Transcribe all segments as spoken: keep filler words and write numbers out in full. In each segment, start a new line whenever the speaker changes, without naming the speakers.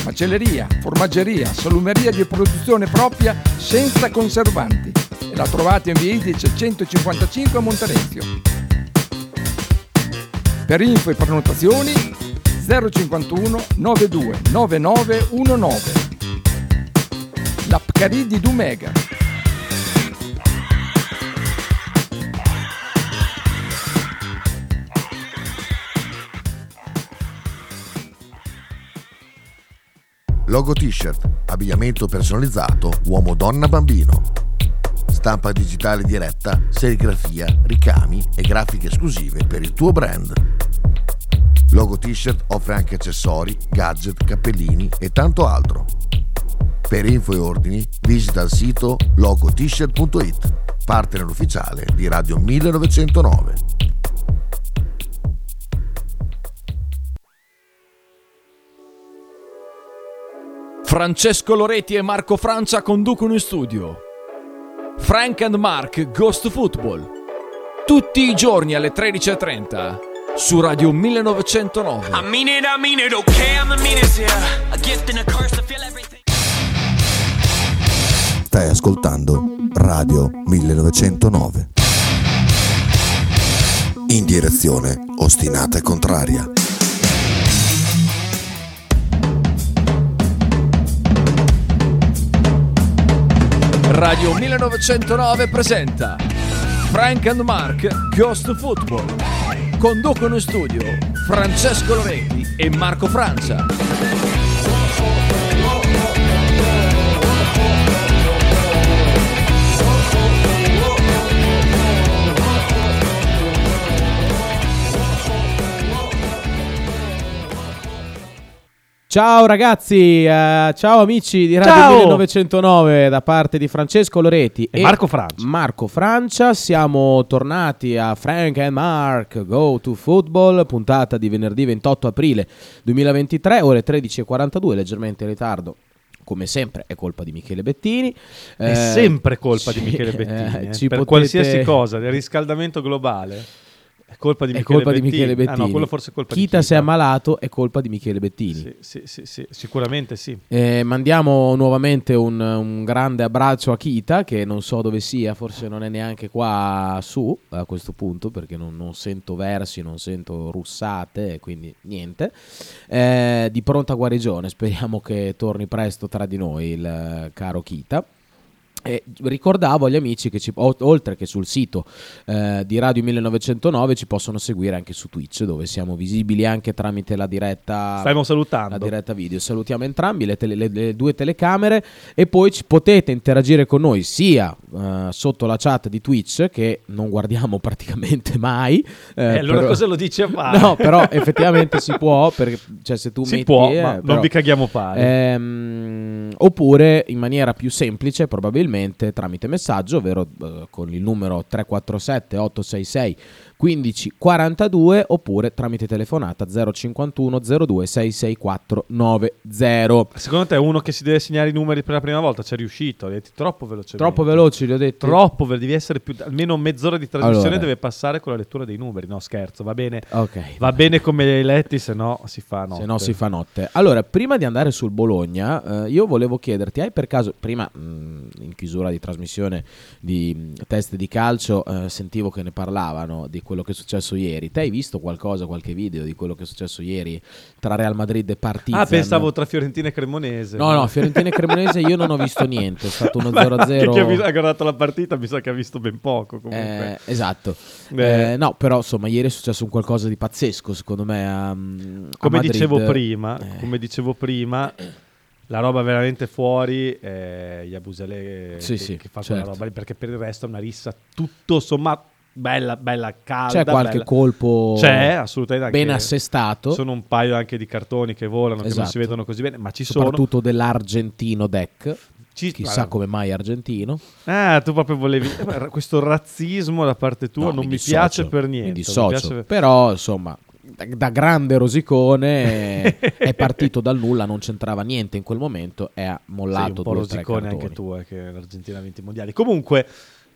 macelleria, formaggeria, salumeria di produzione propria senza conservanti. E la trovate in via Idice centocinquantacinque a Monterezio. Per info e prenotazioni zero cinquantuno novantadue novantanove diciannove. La Pcarì di Dumega.
Logo T-shirt, abbigliamento personalizzato uomo, donna, bambino. Stampa digitale diretta, serigrafia, ricami e grafiche esclusive per il tuo brand. Logo T-shirt offre anche accessori, gadget, cappellini e tanto altro. Per info e ordini visita il sito logo t shirt punto it, partner ufficiale di Radio millenovecentonove.
Francesco Loretti e Marco Francia conducono in studio Frank and Mark Goes to Football, tutti i giorni alle tredici e trenta su Radio millenovecentonove. I mean it, I mean it, okay, I'm the meanest, yeah. A gift and a curse to feel everything.
Stai ascoltando Radio millenovecentonove. In direzione ostinata e contraria.
Radio millenovecentonove presenta Frank and Mark Goes to Football. Conducono in studio Francesco Loretti e Marco Francia.
Ciao ragazzi, uh, ciao amici di Radio
Ciao.
millenovecentonove da parte di Francesco Loretti
e, e Marco Francia.
Marco Francia, siamo tornati a Frank and Mark Go to Football, puntata di venerdì ventotto aprile duemilaventitré, ore tredici e quarantadue, leggermente in ritardo. Come sempre è colpa di Michele Bettini.
È
eh,
sempre colpa
ci,
di Michele Bettini,
eh,
eh,
ci
per
potete...
qualsiasi cosa, del riscaldamento globale. È colpa di
è
Michele
colpa
Bettini.
Di Michele Bettini.
Ah no, quello forse è colpa
Chita
di Chita.
si è ammalato, è colpa di Michele Bettini.
Sì, sì, sì, sì, sicuramente sì.
Eh, mandiamo nuovamente un, un grande abbraccio a Chita, che non so dove sia, forse non è neanche qua su a questo punto, perché non, non sento versi, non sento russate, quindi niente. Eh, di pronta guarigione, speriamo che torni presto tra di noi il caro Chita. E ricordavo agli amici che ci, oltre che sul sito eh, di Radio millenovecentonove ci possono seguire anche su Twitch, dove siamo visibili anche tramite la diretta,
stiamo salutando
la diretta video. Salutiamo entrambi le, tele, le, le due telecamere, e poi ci potete interagire con noi sia eh, sotto la chat di Twitch, che non guardiamo praticamente mai.
Eh, eh, allora
però,
cosa lo dice a fare?
No, però effettivamente si può, perché cioè, se tu
si
metti,
può,
eh,
ma
però,
non vi caghiamo pari.
Ehm, oppure in maniera più semplice, probabilmente tramite messaggio, ovvero eh, con il numero tre quattro sette otto sei sei uno cinque quattro due, oppure tramite telefonata zero cinquantuno zero due sei sei quattro nove zero.
Secondo te uno che si deve segnare i numeri per la prima volta ci è riuscito? Li hai detti troppo velocemente.
Troppo veloci, li ho detti.
Troppo, devi essere più, almeno mezz'ora di trasmissione
allora.
Deve passare con la lettura dei numeri. No, scherzo, va bene.
Okay.
Va bene come li hai letti, se no si fa notte.
Se no si fa notte. Allora, prima di andare sul Bologna, eh, io volevo chiederti, hai per caso, prima mh, in chiusura di trasmissione di mh, test di calcio, eh, sentivo che ne parlavano di quello che è successo ieri. Te hai visto qualcosa, qualche video di quello che è successo ieri tra Real Madrid e Partizan?
Ah, pensavo tra Fiorentina e Cremonese.
No, no, Fiorentina e Cremonese io non ho visto niente, è stato uno zero a zero.
Chi ha, visto, ha guardato la partita mi sa che ha visto ben poco comunque.
Eh, esatto. Eh, no, però insomma ieri è successo un qualcosa di pazzesco secondo me a, a
come
Madrid.
dicevo prima,
eh.
come dicevo prima, la roba veramente fuori è Yabusele
sì,
che,
sì,
che fa
certo.
quella roba lì, perché per il resto è una rissa tutto sommato bella, bella calda.
C'è qualche
bella.
colpo
C'è, assolutamente,
ben assestato.
Sono un paio anche di cartoni che volano,
esatto.
che non si vedono così bene, ma ci
soprattutto
sono.
dell'argentino deck.
Ci,
Chissà
guarda,
come mai argentino.
Ah, tu proprio volevi questo razzismo da parte tua,
No,
non
mi,
mi
dissocio,
piace per niente.
Mi dissocio.
Mi piace...
Però insomma, da, da grande rosicone è partito dal nulla, non c'entrava niente in quel momento e ha mollato
sì, un po'
due o tre
rosicone
cartoni.
Anche tu, eh, che l'Argentina ha vinto i mondiali. Comunque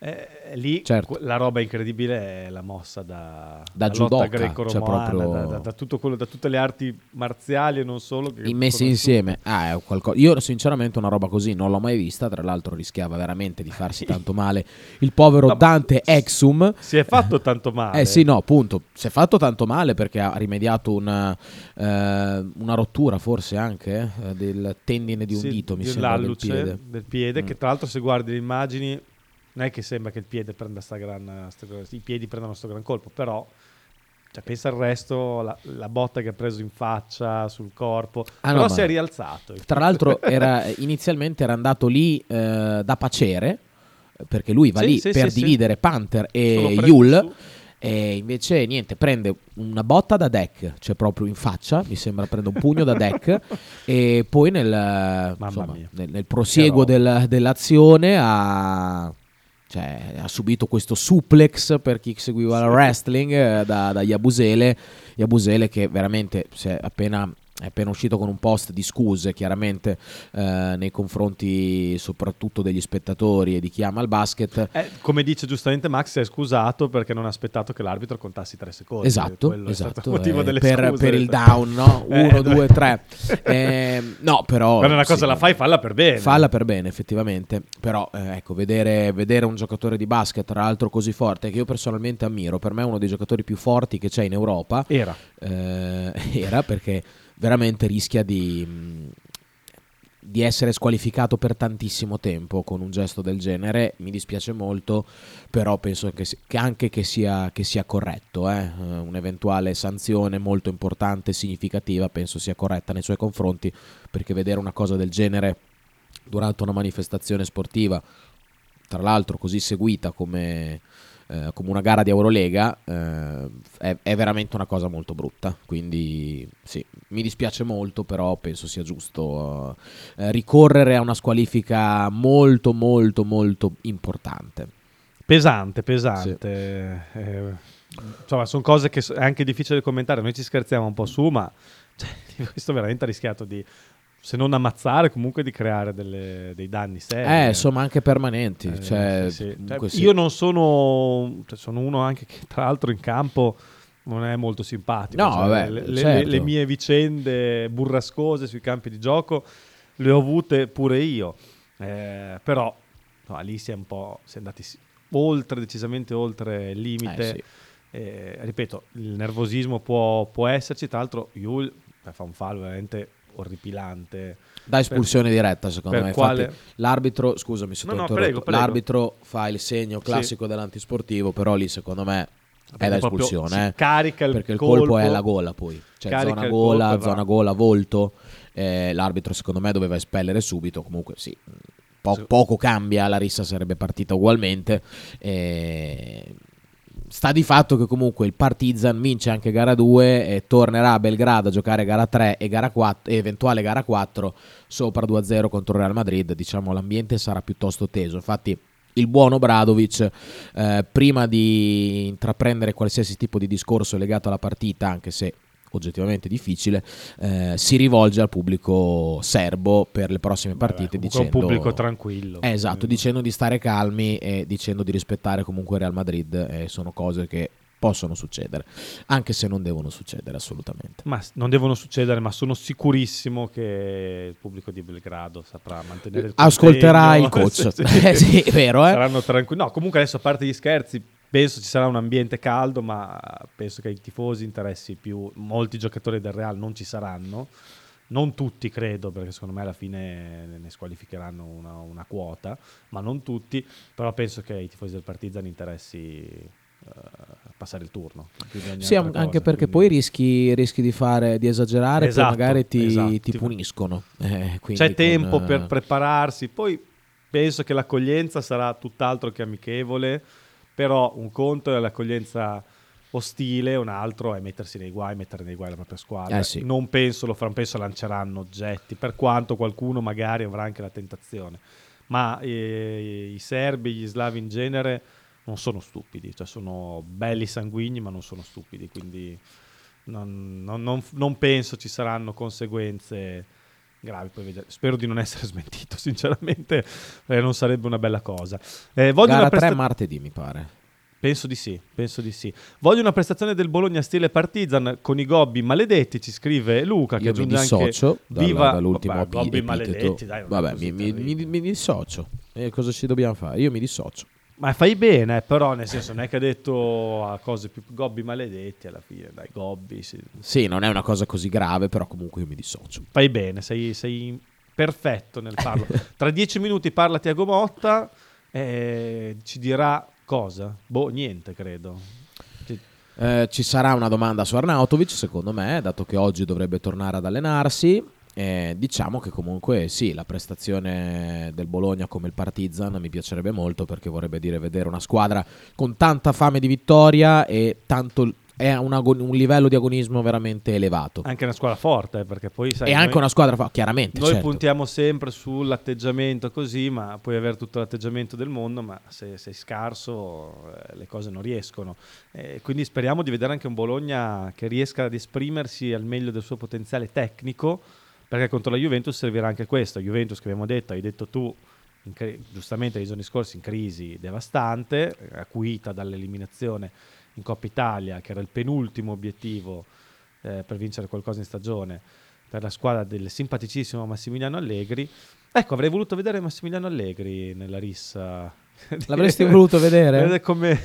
Eh, lì
Certo.
la roba incredibile è la mossa da,
Da
da lotta
judoka,
greco-romana,
cioè proprio-
da, da- da tutto quello, da tutte le arti marziali e non solo. Che
Messi
conosciuto.
insieme, ah, è qualcosa. Io sinceramente una roba così non l'ho mai vista. Tra l'altro rischiava veramente di farsi tanto male il povero
No,
Dante
s-
Exum.
Si è fatto tanto male.
Eh sì, no, appunto, si è fatto tanto male perché ha rimediato una, eh, una rottura forse anche eh, del tendine di un
Sì,
dito, mi
di
sembra, del
l'alluce
piede.
del piede,
Mm.
che tra l'altro se guardi le immagini non è che sembra che il piede prenda sta gran, sta, i piedi prendano sto gran colpo, però cioè, pensa al resto, la, la botta che ha preso in faccia, sul corpo,
Ah,
però
no,
si
ma-
è rialzato.
Tra l'altro era, inizialmente era andato lì eh, da pacere, perché lui va
Sì,
lì
sì,
per
sì, sì.
dividere Panther
Solo
e
prende
Yul.
su.
E invece niente, prende una botta da deck, cioè proprio in faccia, mi sembra prende un pugno da deck e poi nel, insomma,
mia.
nel, nel prosieguo
Che roba.
del- dell'azione ha, cioè, ha subito questo suplex, per chi seguiva il wrestling, eh, da, da Yabusele, Yabusele che veramente si è appena... è appena uscito con un post di scuse chiaramente eh, nei confronti soprattutto degli spettatori e di chi ama il basket.
Eh, come dice giustamente Max, si è scusato perché non ha aspettato che l'arbitro contassi tre secondi.
Esatto,
Quello è stato
esatto,
il motivo
eh,
delle
per,
scuse.
per il down, no?
Eh,
Uno,
dai.
due, tre. Eh, no, però...
Quando una cosa
sì,
la fai, falla per bene.
Falla per bene, effettivamente. Però, eh, ecco, vedere, vedere un giocatore di basket, tra l'altro così forte, che io personalmente ammiro, per me è uno dei giocatori più forti che c'è in Europa.
Era.
Eh, era perché veramente rischia di, di essere squalificato per tantissimo tempo con un gesto del genere. Mi dispiace molto, però penso che, si- che anche che sia, che sia corretto, eh. Eh, un'eventuale sanzione molto importante e significativa penso sia corretta nei suoi confronti, perché vedere una cosa del genere durante una manifestazione sportiva, tra l'altro così seguita come, eh, come una gara di Eurolega, eh, è, è veramente una cosa molto brutta. Quindi sì, mi dispiace molto, però penso sia giusto eh, ricorrere a una squalifica molto molto molto importante.
Pesante, pesante. Eh, insomma, sono cose che so- è anche difficile commentare. Noi ci scherziamo un po' su, ma cioè, questo veramente ha rischiato di, se non ammazzare, comunque di creare delle- dei danni seri.
Eh, insomma, anche permanenti.
Eh,
cioè,
sì, sì.
comunque
Cioè,
sì.
Io non sono, cioè, sono uno anche che tra l'altro in campo non è molto simpatico.
No,
Cioè,
vabbè,
le, le-
certo.
le mie vicende burrascose sui campi di gioco le ho avute pure io. Eh, però no, lì si è un po' si è andati si- oltre, decisamente oltre il limite.
Eh, sì.
Eh, ripeto, il nervosismo può, può esserci. Tra l'altro Yul eh, fa un fallo veramente orripilante.
Da espulsione diretta, secondo
per
me.
quale-
Infatti, l'arbitro, scusami se
No,
ti ho
no,
interrotto,
prego, prego.
l'arbitro fa il segno classico dell'antisportivo, però lì secondo me è da
proprio
espulsione,
si
eh.
carica il
perché il
colpo,
colpo è alla gola, poi cioè
carica
zona
il
gola,
colpo e va.
zona gola, volto. Eh, l'arbitro secondo me doveva espellere subito. Comunque sì, po-
Sì.
poco cambia, la rissa sarebbe partita ugualmente. Eh, sta di fatto che comunque il Partizan vince anche gara due e tornerà a Belgrado a giocare gara tre e gara quattro, e eventuale gara quattro sopra due a zero contro il Real Madrid. Diciamo l'ambiente sarà piuttosto teso. Infatti il buon Obradovic, eh, prima di intraprendere qualsiasi tipo di discorso legato alla partita, anche se oggettivamente difficile, eh, si rivolge al pubblico serbo per le prossime partite.
Beh, comunque
dicendo
è un pubblico tranquillo.
Eh, esatto,
Quindi-
dicendo di stare calmi e dicendo di rispettare comunque il Real Madrid. Eh, sono cose che possono succedere, anche se non devono succedere assolutamente.
Ma s- non devono succedere, ma sono sicurissimo che il pubblico di Belgrado saprà mantenere il
Ascolterà il
contegno.
coach.
Sì, sì.
Eh, sì, è vero, eh?
Saranno tranquilli. No, comunque adesso a parte gli scherzi, penso ci sarà un ambiente caldo, ma penso che ai tifosi interessi più. Molti giocatori del Real non ci saranno. Non tutti, credo, perché secondo me alla fine ne squalificheranno una, una quota, ma non tutti. Però penso che ai tifosi del Partizan interessi eh, passare il turno. più di ogni
Sì,
altra
anche
cosa,
perché
quindi-
poi rischi, rischi di fare di esagerare,
Esatto,
poi magari ti,
esatto.
ti puniscono. Eh, quindi
C'è
con,
tempo
eh,
per prepararsi. Poi penso che l'accoglienza sarà tutt'altro che amichevole, però un conto è l'accoglienza ostile, un altro è mettersi nei guai, mettere nei guai la propria squadra.
Eh sì.
Non penso lo faranno, penso lanceranno oggetti, per quanto qualcuno magari avrà anche la tentazione. Ma eh, i serbi, gli slavi in genere non sono stupidi, cioè sono belli sanguigni ma non sono stupidi, quindi non, non- non- non penso ci saranno conseguenze gravi. Poi vedere. Spero di non essere smentito, sinceramente, eh, non sarebbe una bella cosa. Eh, voglio
Gara
una presta-
tre martedì, mi pare.
Penso di sì, penso di sì. Voglio una prestazione del Bologna stile Partizan con i gobbi maledetti, ci scrive Luca, che
Io mi
aggiunge anche
dissocio dalla-
viva
dall'ultimo
vabbè,
pi-
gobbi
epiteto.
maledetti, dai, non è
Vabbè,
così
mi, mi,
terribile.
mi, mi dissocio. E cosa ci dobbiamo fare? Io mi dissocio.
Ma fai bene, però nel senso non è che ha detto a cose più gobbi maledetti alla fine, dai, gobbi, sì.
Sì, non è una cosa così grave, però comunque io mi dissocio.
Fai bene, sei, sei perfetto nel farlo. Tra dieci minuti parla Tiago Motta e ci dirà cosa? Boh, niente, credo. Ci-
Eh, ci sarà una domanda su Arnautovic, secondo me, dato che oggi dovrebbe tornare ad allenarsi. Eh, diciamo che comunque sì, la prestazione del Bologna come il Partizan mi piacerebbe molto, perché vorrebbe dire vedere una squadra con tanta fame di vittoria e tanto è un, agon- un livello di agonismo veramente elevato.
Anche una squadra forte, eh, perché poi sai,
E anche
noi-
una squadra fa- chiaramente,
Noi
certo.
puntiamo sempre sull'atteggiamento così, ma puoi avere tutto l'atteggiamento del mondo, ma se sei scarso eh, le cose non riescono. Eh, quindi speriamo di vedere anche un Bologna che riesca ad esprimersi al meglio del suo potenziale tecnico, perché contro la Juventus servirà anche questo. Juventus, che abbiamo detto, hai detto tu, in cri- giustamente nei giorni scorsi, in crisi devastante, eh, acuita dall'eliminazione in Coppa Italia, che era il penultimo obiettivo eh, per vincere qualcosa in stagione, per la squadra del simpaticissimo Massimiliano Allegri. Ecco, avrei voluto vedere Massimiliano Allegri nella rissa.
L'avresti voluto vedere?
Vedere come...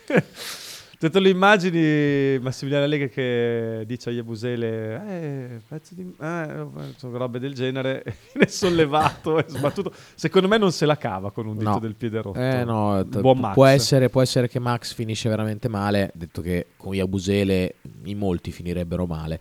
Te te lo immagini Massimiliano Allegri che dice a Iabusele eh, pezzo di... Eh, sono robe del genere, e viene sollevato e sbattuto. Secondo me non se la cava con un dito
No.
del piede rotto.
Eh no, t-
Buon Max.
Può essere, può essere che Max finisce veramente male, detto che con Iabusele in molti finirebbero male.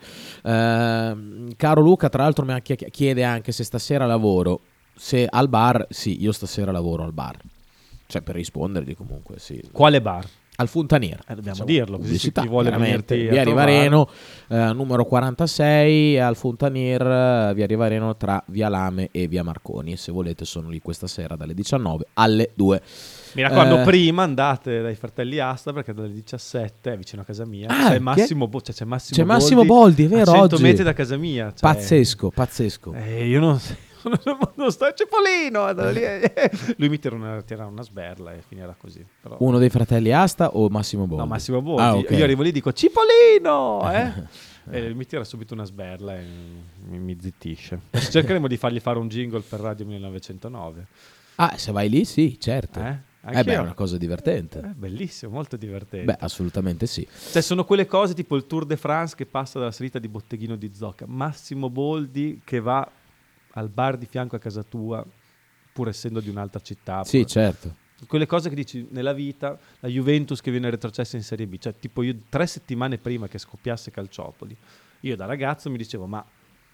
Ehm, caro Luca, tra l'altro mi ha chie- chiede anche se stasera lavoro. Se al bar, sì, io stasera lavoro al bar. Cioè, per rispondergli comunque, sì.
Quale bar?
Al Fontanier,
Eh, dobbiamo
diciamo,
dirlo, così
pubblicità,
chi vuole
chiaramente.
venirti a
Via
trovare.
Rivareno, eh, numero quarantasei, al Fontanier, eh, via Rivareno, tra via Lame e via Marconi. E se volete sono lì questa sera dalle diciannove alle due.
Mi raccomando,
Eh,
prima andate dai fratelli Asta, perché dalle diciassette è vicino a casa mia.
Ah,
c'è
che-
Massimo, Bo- cioè, c'è Massimo
C'è Massimo Boldi, è vero,
a cento
oggi.
metri da casa mia. Cioè,
Pazzesco, pazzesco.
Eh, io non, non, non sto Cipollino. da lì, eh. Lui mi tira una, tira una sberla e finirà così. Però,
Uno dei fratelli Asta o Massimo Boldi?
no, Massimo Boldi.
Ah, ok.
Io arrivo lì e dico Cipollino, eh? E mi tira subito una sberla e mi, mi zittisce. Cercheremo di fargli fare un jingle per Radio millenovecentonove.
Ah, se vai lì, sì, certo.
Eh?
Eh beh,
Anch'io.
è una cosa divertente.
Eh, bellissimo, molto divertente.
Beh, assolutamente sì.
Cioè, sono quelle cose tipo il Tour de France che passa dalla salita di Botteghino di Zocca, Massimo Boldi che va al bar di fianco a casa tua, pur essendo di un'altra città.
Sì,
pur-
certo.
Quelle cose che dici nella vita, la Juventus che viene retrocessa in Serie B, cioè tipo io tre settimane prima che scoppiasse Calciopoli, io da ragazzo mi dicevo ma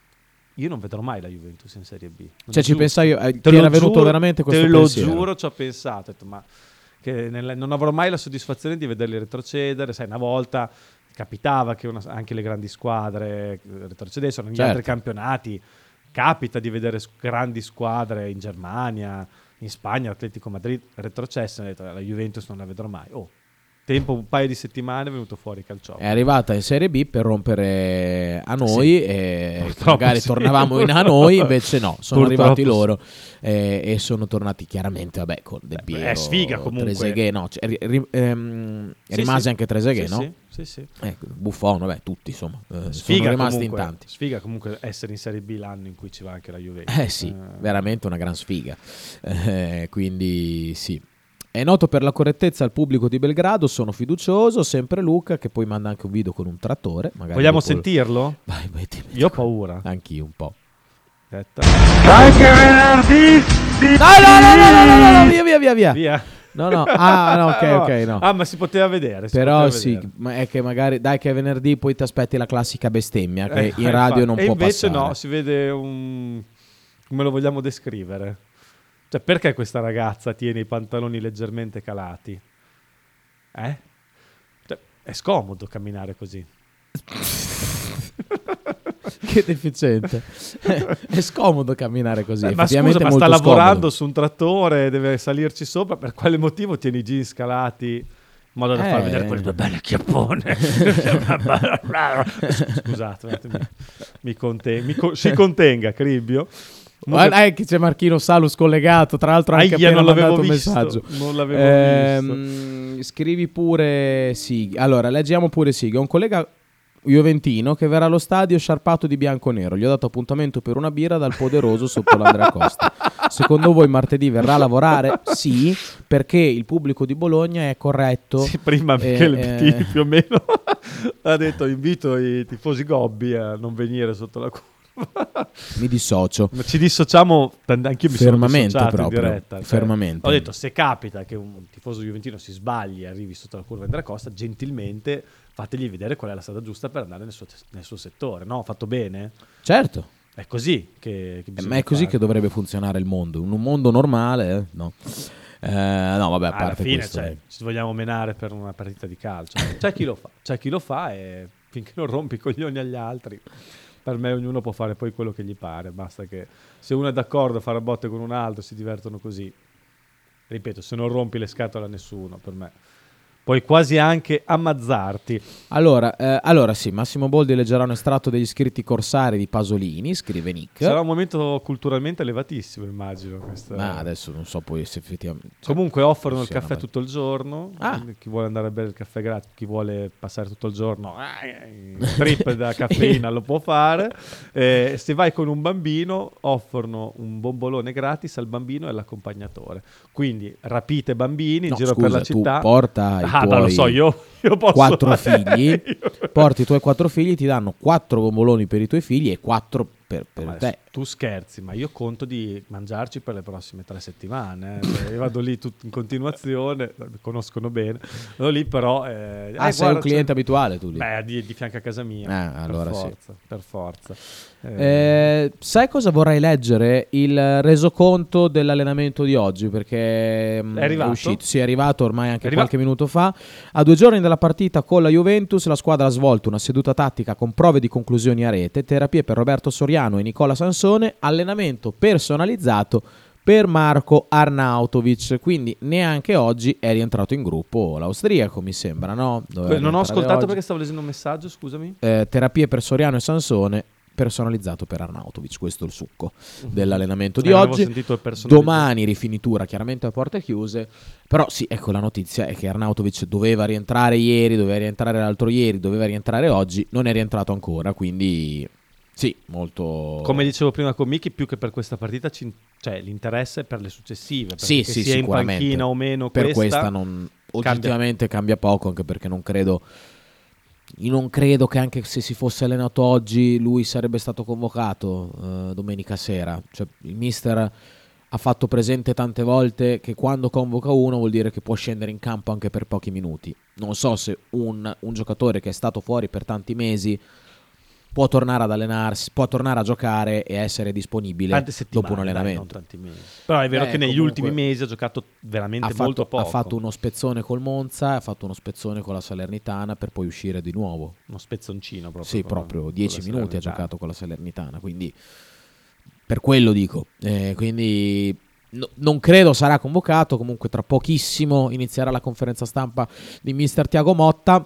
io non vedrò mai la Juventus in Serie B. Non
Cioè, ci
giuro.
pensavi, eh,
Te
ti
lo
era venuto
giuro-
veramente questo
te lo
pensiero?
giuro, ci ho pensato, ho detto, ma che nel- non avrò mai la soddisfazione di vederli retrocedere. Sai, una volta capitava che una- anche le grandi squadre eh, retrocedessero negli
Certo.
altri campionati. Capita di vedere s- grandi squadre in Germania, in Spagna, Atletico Madrid retrocesse. Ho detto, la Juventus non la vedrò mai. Oh, tempo un paio di settimane è venuto fuori Calciopoli.
È arrivata in Serie B per rompere a noi
Sì.
e
Purtroppo
magari
sì.
tornavamo in a noi, invece no, sono
Purtroppo
arrivati
sì.
loro eh, e sono tornati chiaramente, vabbè, con Del Piero,
è sfiga comunque.
Trezeguet, no, cioè, ri- ri- ehm,
Sì,
rimase
sì.
anche Trezeguet,
Sì,
no?
sì, sì, sì.
Ecco, Buffon, vabbè, tutti insomma, eh, sono
Sfiga
rimasti
comunque,
in tanti.
sfiga comunque essere in Serie B l'anno in cui ci va anche la Juventus.
Eh sì, veramente una gran sfiga. Eh, quindi sì. È noto per la correttezza al pubblico di Belgrado, sono fiducioso, sempre Luca, che poi manda anche un video con un trattore. Magari
Vogliamo
dopo-
sentirlo?
Vai, metti, metti
Io ho
qua.
paura.
Anch'io un po'.
Aspetta.
No, no, no, no, no, no, no, via, via, via, via.
Via.
No, no, ah, no, ok, ok, no.
Ah, ma si poteva vedere. si
Però
poteva
sì,
vedere.
ma è che magari, dai che è venerdì poi ti aspetti la classica bestemmia che
Eh,
in radio
infatti.
non
e
può
invece
passare.
no, si vede un... come lo vogliamo descrivere? Cioè, perché questa ragazza tiene i pantaloni leggermente calati? Eh? Cioè, è scomodo camminare così.
Che deficiente. È scomodo camminare così,
Eh, ma
effettivamente
scusa,
è
ma sta
molto
lavorando
scomodo.
su un trattore, deve salirci sopra, per quale motivo tiene i jeans calati modo da
Eh.
far vedere quelle due belle chiappone. Scusate, mi, mi, conten- mi co- si contenga, Cribbio.
Guarda, eh, che c'è Marchino Salus collegato, tra l'altro anche
Aia,
appena
non l'avevo
mandato un
visto,
messaggio.
non l'avevo
Ehm, Scrivi pure Sighi. Allora, leggiamo pure Sighi. È un collega juventino che verrà allo stadio sciarpato di bianco-nero. Gli ho dato appuntamento per una birra dal Poderoso sotto l'Andrea Costa. Secondo voi martedì verrà a lavorare? Sì, perché il pubblico di Bologna è corretto.
Sì, prima
Eh,
Michele
eh.
Bettini più o meno ha detto invito i tifosi gobbi a non venire sotto la curva.
Mi dissocio.
Ma ci dissociamo, anch'io mi
Fermamente
sono dissociato
proprio,
in diretta. Cioè,
fermamente.
ho detto, se capita che un tifoso juventino si sbagli e arrivi sotto la curva Andrea Costa, gentilmente fategli vedere qual è la strada giusta per andare nel suo, nel suo settore. No, ho fatto bene?
Certo.
È così che, che
Eh,
bisogna
Ma è così
fare.
che dovrebbe funzionare il mondo. In un mondo normale, eh, no. Eh, no, vabbè, a
Alla
parte
fine,
questo.
cioè,
eh.
ci vogliamo menare per una partita di calcio. C'è chi lo fa, c'è chi lo fa e finché non rompi i coglioni agli altri, per me ognuno può fare poi quello che gli pare. Basta che se uno è d'accordo a fare a botte con un altro, si divertono così. Ripeto, se non rompi le scatole a nessuno, per me puoi quasi anche ammazzarti.
Allora, eh, allora sì, Massimo Boldi leggerà un estratto degli scritti corsari di Pasolini, scrive Nick.
Sarà un momento culturalmente elevatissimo, immagino. Questa...
Ma adesso non so poi se effettivamente...
Comunque offrono il
Sì, è una
caffè
bella-
tutto il giorno.
Ah.
Quindi chi vuole andare a bere il caffè gratis, chi vuole passare tutto il giorno eh, trip da caffeina lo può fare. Eh, se vai con un bambino offrono un bombolone gratis al bambino e all'accompagnatore. Quindi rapite bambini in
No,
giro
scusa,
per la
tu
città.
porta i
Ah, ma lo
tuoi
so, io, io posso
quattro figli,
Io-
porti i tuoi quattro figli, ti danno quattro bomboloni per i tuoi figli e quattro per, per
Ma
te.
adesso tu scherzi, ma io conto di mangiarci per le prossime tre settimane. eh. Cioè, io vado lì tut- in continuazione, mi conoscono bene. Vado lì, però. Eh,
Ah,
eh,
sei
guarda,
un cliente
c'è-
abituale tu lì.
Beh, di, di fianco a casa mia.
Ah, allora
per
sì.
forza, per forza. Eh,
Eh, sai cosa vorrei leggere? Il resoconto dell'allenamento di oggi, perché mm,
È arrivato?
uscito, sì, è arrivato ormai anche
È arrivato?
qualche minuto fa. A due giorni dalla partita con la Juventus, la squadra ha svolto una seduta tattica con prove di conclusioni a rete, terapie per Roberto Soriano e Nicola Sansone, allenamento personalizzato per Marco Arnautovic. Quindi neanche oggi è rientrato in gruppo l'austriaco, mi sembra, no? Doveva
non ho
rientrare
ascoltato
oggi.
perché stavo leggendo un messaggio, scusami.
Eh, terapie per Soriano e Sansone, personalizzato per Arnautovic. Questo è il succo dell'allenamento di
Eh, avevo
oggi.
sentito il personalizzato.
Domani rifinitura chiaramente a porte chiuse. Però sì, ecco, la notizia è che Arnautovic doveva rientrare ieri, doveva rientrare l'altro ieri, doveva rientrare oggi, non è rientrato ancora, quindi sì, molto...
Come dicevo prima con Miki, più che per questa partita, ci- cioè, l'interesse è per le successive. Perché
Sì,
che
sì,
sia in
sicuramente.
panchina o meno
per
questa,
questa, non, oggettivamente cambia poco, anche perché non credo io non credo che anche se si fosse allenato oggi lui sarebbe stato convocato eh, domenica sera. Cioè, il mister ha fatto presente tante volte che quando convoca uno vuol dire che può scendere in campo anche per pochi minuti. Non so se un, un giocatore che è stato fuori per tanti mesi può tornare ad allenarsi, può tornare a giocare e essere disponibile
tante settimane,
dopo un
dai,
allenamento.
non tanti mesi. Però è vero
Beh,
che negli
comunque-
ultimi mesi ha giocato veramente
ha
molto
fatto,
poco.
ha fatto uno spezzone col Monza, ha fatto uno spezzone con la Salernitana per poi uscire di nuovo.
Uno spezzoncino proprio.
Sì,
con-
proprio
con
dieci
la
minuti ha
Salernitana.
giocato con la Salernitana, quindi per quello dico. Eh, quindi no- non credo sarà convocato, comunque tra pochissimo inizierà la conferenza stampa di mister Tiago Motta.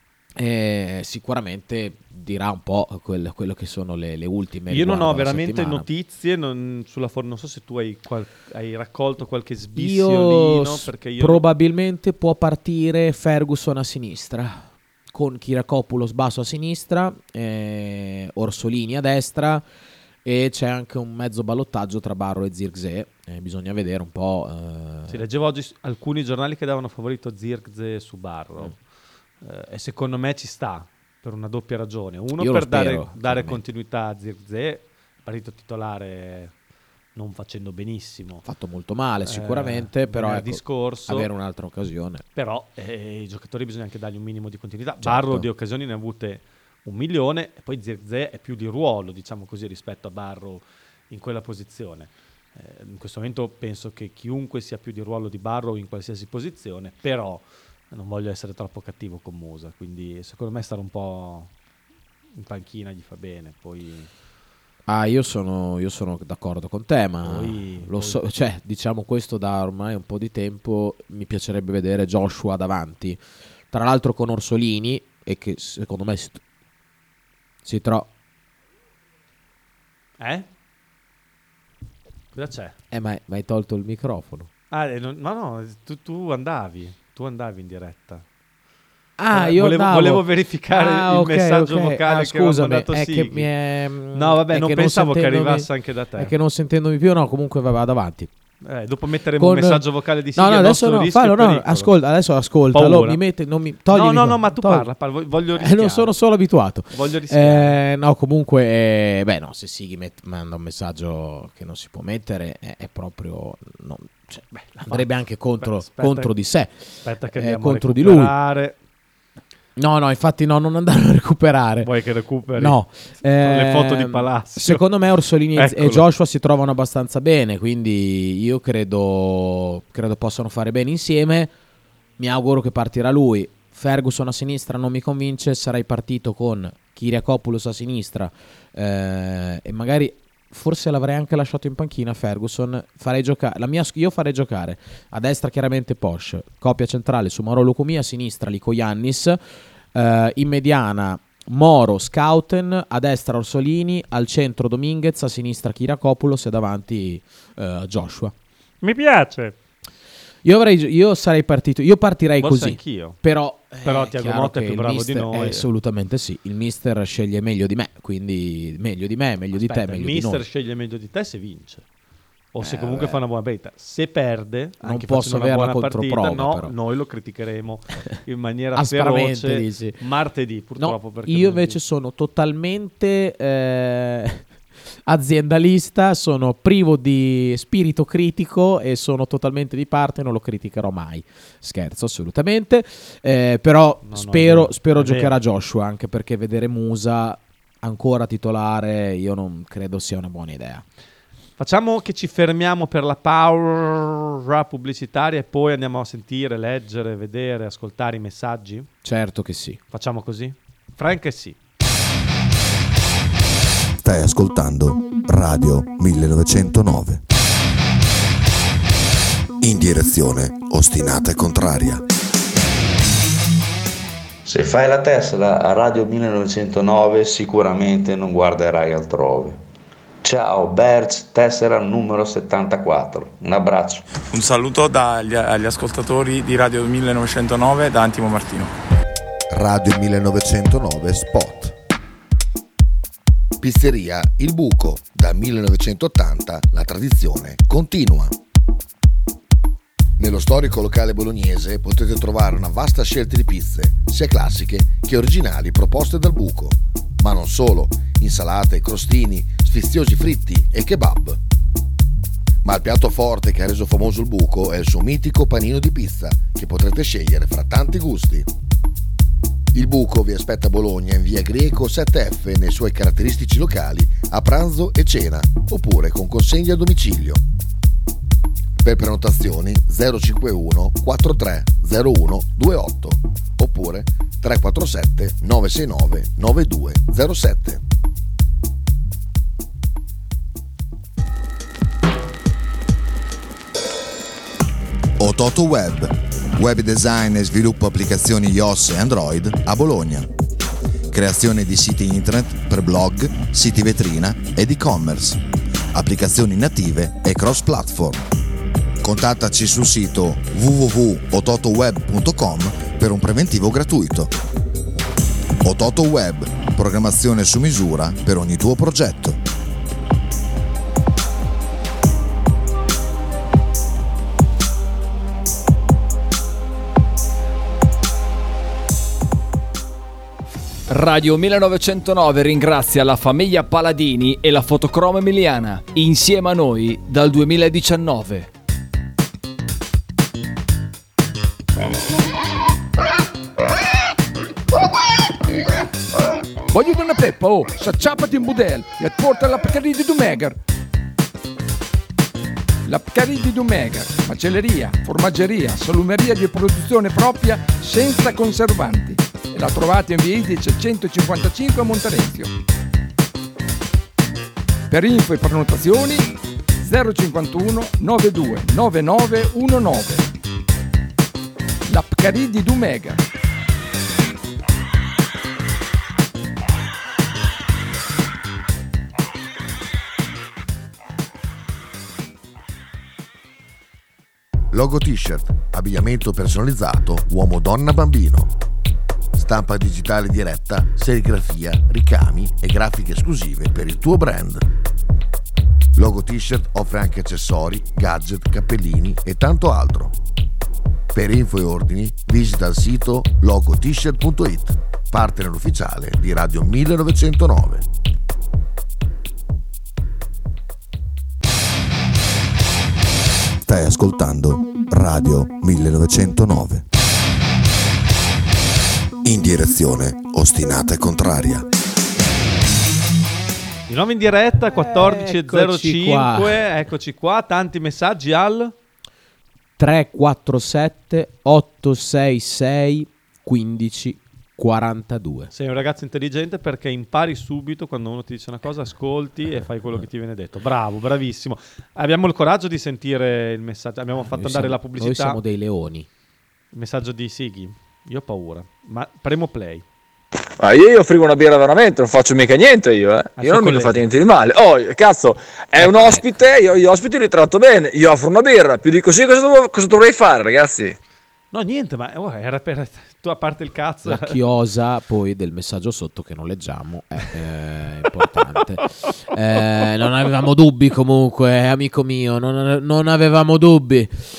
Eh, sicuramente dirà un po' quel- quello che sono le, le ultime.
Io non
riguardo
ho
alla
veramente
settimana.
notizie non, sulla for- non so se tu hai, qual- hai raccolto qualche
Io
sbissiolino
s-
perché io
probabilmente può partire Ferguson a sinistra con Chiracopoulos basso a sinistra, eh, Orsolini a destra e c'è anche un mezzo ballottaggio tra Barro e Zirkzee. Eh, bisogna vedere un po'. eh,
sì, leggevo oggi s- alcuni giornali che davano favorito Zirkzee su Barro.
Mm.
Eh, e secondo me ci sta per una doppia ragione. Uno
Io lo
per dare,
spero,
dare
chiaramente.
continuità a Zirkzee, partito titolare non facendo benissimo.
Ha fatto molto male
Eh,
sicuramente, però
venerdì
ecco,
scorso,
avere un'altra occasione.
però eh, i giocatori bisogna anche dargli un minimo di continuità.
Certo.
Barro di occasioni ne ha avute un milione e poi Zirkzee è più di ruolo, diciamo così, rispetto a Barro in quella posizione. Eh, in questo momento penso che chiunque sia più di ruolo di Barro in qualsiasi posizione, però non voglio essere troppo cattivo con Musa, quindi secondo me stare un po' in panchina gli fa bene. Poi
Ah, io sono, io sono d'accordo con te, ma
Poi-
lo
poi-
so, cioè, diciamo questo da ormai un po' di tempo. Mi piacerebbe vedere Joshua davanti, tra l'altro con Orsolini, e che secondo me si, si trova.
Eh? Cosa c'è?
Eh, ma, ma hai tolto il microfono.
Ah, eh, non- ma no, tu, tu andavi, tu andavi in diretta.
Ah,
Eh,
io
volevo,
andavo.
volevo verificare
Ah,
il
ok,
messaggio
ok.
vocale
Ah,
che aveva
scusami,
mandato
è
Sighi.
che mi è,
No, vabbè,
è
non
che
pensavo che
sentendomi-
arrivasse anche da te.
È che non sentendomi più, no, comunque va, vado avanti.
Eh, dopo metteremo
Con-
un messaggio vocale di Sighi
No, no,
a
adesso
nostro
no,
rischio
fallo,
e
no,
pericolo.
ascolta, adesso ascoltalo,
Paura.
mi mette, non mi togli
No,
il
no, no,
microfono,
ma tu
togli.
parla, parla, voglio
Eh,
rischiare.
non sono solo abituato.
Voglio rischiare.
Eh, no, comunque, eh, beh, no, se Sighi met- manda un messaggio che non si può mettere, è, è proprio. Non, cioè,
Beh, la
andrebbe
fa-
anche contro,
Beh, aspetta-
contro di sé.
Aspetta che
eh,
andiamo
contro
a
di lui.
recuperare.
No, no, infatti, no, non andare a recuperare.
Vuoi che recuperi?
No,
le foto di
ehm,
Palazzo.
Secondo me Orsolini e- e
Eccolo.
Joshua si trovano abbastanza bene, quindi io credo, credo possano fare bene insieme. Mi auguro che partirà lui. Ferguson a sinistra non mi convince, sarei partito con Kyriakopoulos a sinistra eh, e magari forse l'avrei anche lasciato in panchina Ferguson. Farei giocare la mia, io farei giocare a destra chiaramente Posh, coppia centrale su Mauro Lukumi, a sinistra Lico Iannis, eh, in mediana Moro, Scouten, a destra Orsolini, al centro Dominguez, a sinistra Kyriakopoulos e davanti eh, Joshua.
Mi piace.
Io, avrei, io sarei partito, io partirei
Forse
così.
anch'io.
Però,
Però
è
Thiago
chiaro
Motta è
che
più
il
bravo di
mister-
noi.
eh, assolutamente sì. Il mister sceglie meglio di me, quindi meglio di me, meglio di te,
Aspetta, il
meglio di
mister
noi.
sceglie meglio di te se vince. O se
Eh,
comunque
vabbè.
fa una buona partita. Se perde,
Non
anche
posso
facendo una
averla
buona partita,
controprova,
no,
però.
noi lo criticheremo in maniera
Aspramente,
feroce
dici.
martedì, purtroppo.
No,
perché
io
lunedì-
invece sono totalmente eh, aziendalista, sono privo di spirito critico e sono totalmente di parte, non lo criticherò mai. Scherzo, assolutamente. Eh, però
No, no,
spero,
è vero,
spero
è
giocherà
vero.
Joshua, anche perché vedere Musa ancora titolare io non credo sia una buona idea.
Facciamo che ci fermiamo per la paura pubblicitaria e poi andiamo a sentire, leggere, vedere, ascoltare i messaggi.
Certo che sì.
Facciamo così? Frank sì.
Stai ascoltando Radio millenovecentonove. In direzione ostinata e contraria.
Se fai la Tesla a Radio millenovecentonove sicuramente non guarderai altrove. Ciao Berz, tessera numero settantaquattro. Un abbraccio.
Un saluto dagli, agli ascoltatori di Radio millenovecentonove da Antimo Martino.
Radio millenovecentonove Spot. Pizzeria Il Buco. Da millenovecentottanta la tradizione continua. Nello storico locale bolognese potete trovare una vasta scelta di pizze, sia classiche che originali proposte dal Buco. Ma non solo, insalate, crostini, sfiziosi fritti e kebab. Ma il piatto forte che ha reso famoso il Buco è il suo mitico panino di pizza, che potrete scegliere fra tanti gusti. Il Buco vi aspetta a Bologna in via Greco sette F nei suoi caratteristici locali a pranzo e cena, oppure con consegna a domicilio. Per prenotazioni zero cinquantuno quarantatré zero uno ventotto oppure tre quattro sette nove sei nove nove due zero sette. Ototo Web, web design e sviluppo applicazioni iOS e Android a Bologna. Creazione di siti internet per blog, siti vetrina ed e-commerce, applicazioni native e cross-platform. Contattaci sul sito w w w punto ototoweb punto com per un preventivo gratuito. Ototo Web, programmazione su misura per ogni tuo progetto.
Radio millenovecentonove ringrazia la famiglia Paladini e la Fotocromo Emiliana, insieme a noi dal duemiladiciannove.
Voglio una peppa, oh, s'acciappati in budel e porta la Pcaridi di Dumegar. La Pcaridi di Dumegar, macelleria, formaggeria, salumeria di produzione propria senza conservanti. E la trovate in via Idice centocinquantacinque a Monterezio. Per info e prenotazioni zero cinquantuno novantadue novantanove diciannove. L'app Carì di Dumega.
Logo T-shirt, abbigliamento personalizzato uomo, donna, bambino. Stampa digitale diretta, serigrafia, ricami e grafiche esclusive per il tuo brand. Logo T-shirt offre anche accessori, gadget, cappellini e tanto altro. Per info e ordini visita il sito logo t shirt punto it, partner ufficiale di Radio millenovecentonove. Stai ascoltando Radio millenovecentonove. In direzione ostinata e contraria.
Di nuovo in diretta, quattordici e zero
Eccoci
cinque,
qua.
eccoci qua, tanti messaggi al...
tre quattro sette otto sei sei quindici quarantadue.
Sei un ragazzo intelligente perché impari subito quando uno ti dice una cosa, ascolti e fai quello che ti viene detto. Bravo, bravissimo. Abbiamo il coraggio di sentire il messaggio, abbiamo fatto
Noi
andare
siamo-
la pubblicità.
Noi siamo dei leoni.
Il messaggio di Sighi, io ho paura, ma premo play.
Ma io, io frigo una birra veramente, non faccio mica niente io, eh.
Al
Io non
suo
mica
collega.
fate niente di male. Oh, cazzo, è un ospite, io gli ospiti li tratto bene, io offro una birra, più di così cosa, dov- cosa dovrei fare, ragazzi?
No, niente, ma oh, era per... tu a parte il cazzo...
La chiosa poi del messaggio sotto che non leggiamo è eh, importante. Eh, non avevamo dubbi comunque, amico mio, non, non avevamo dubbi.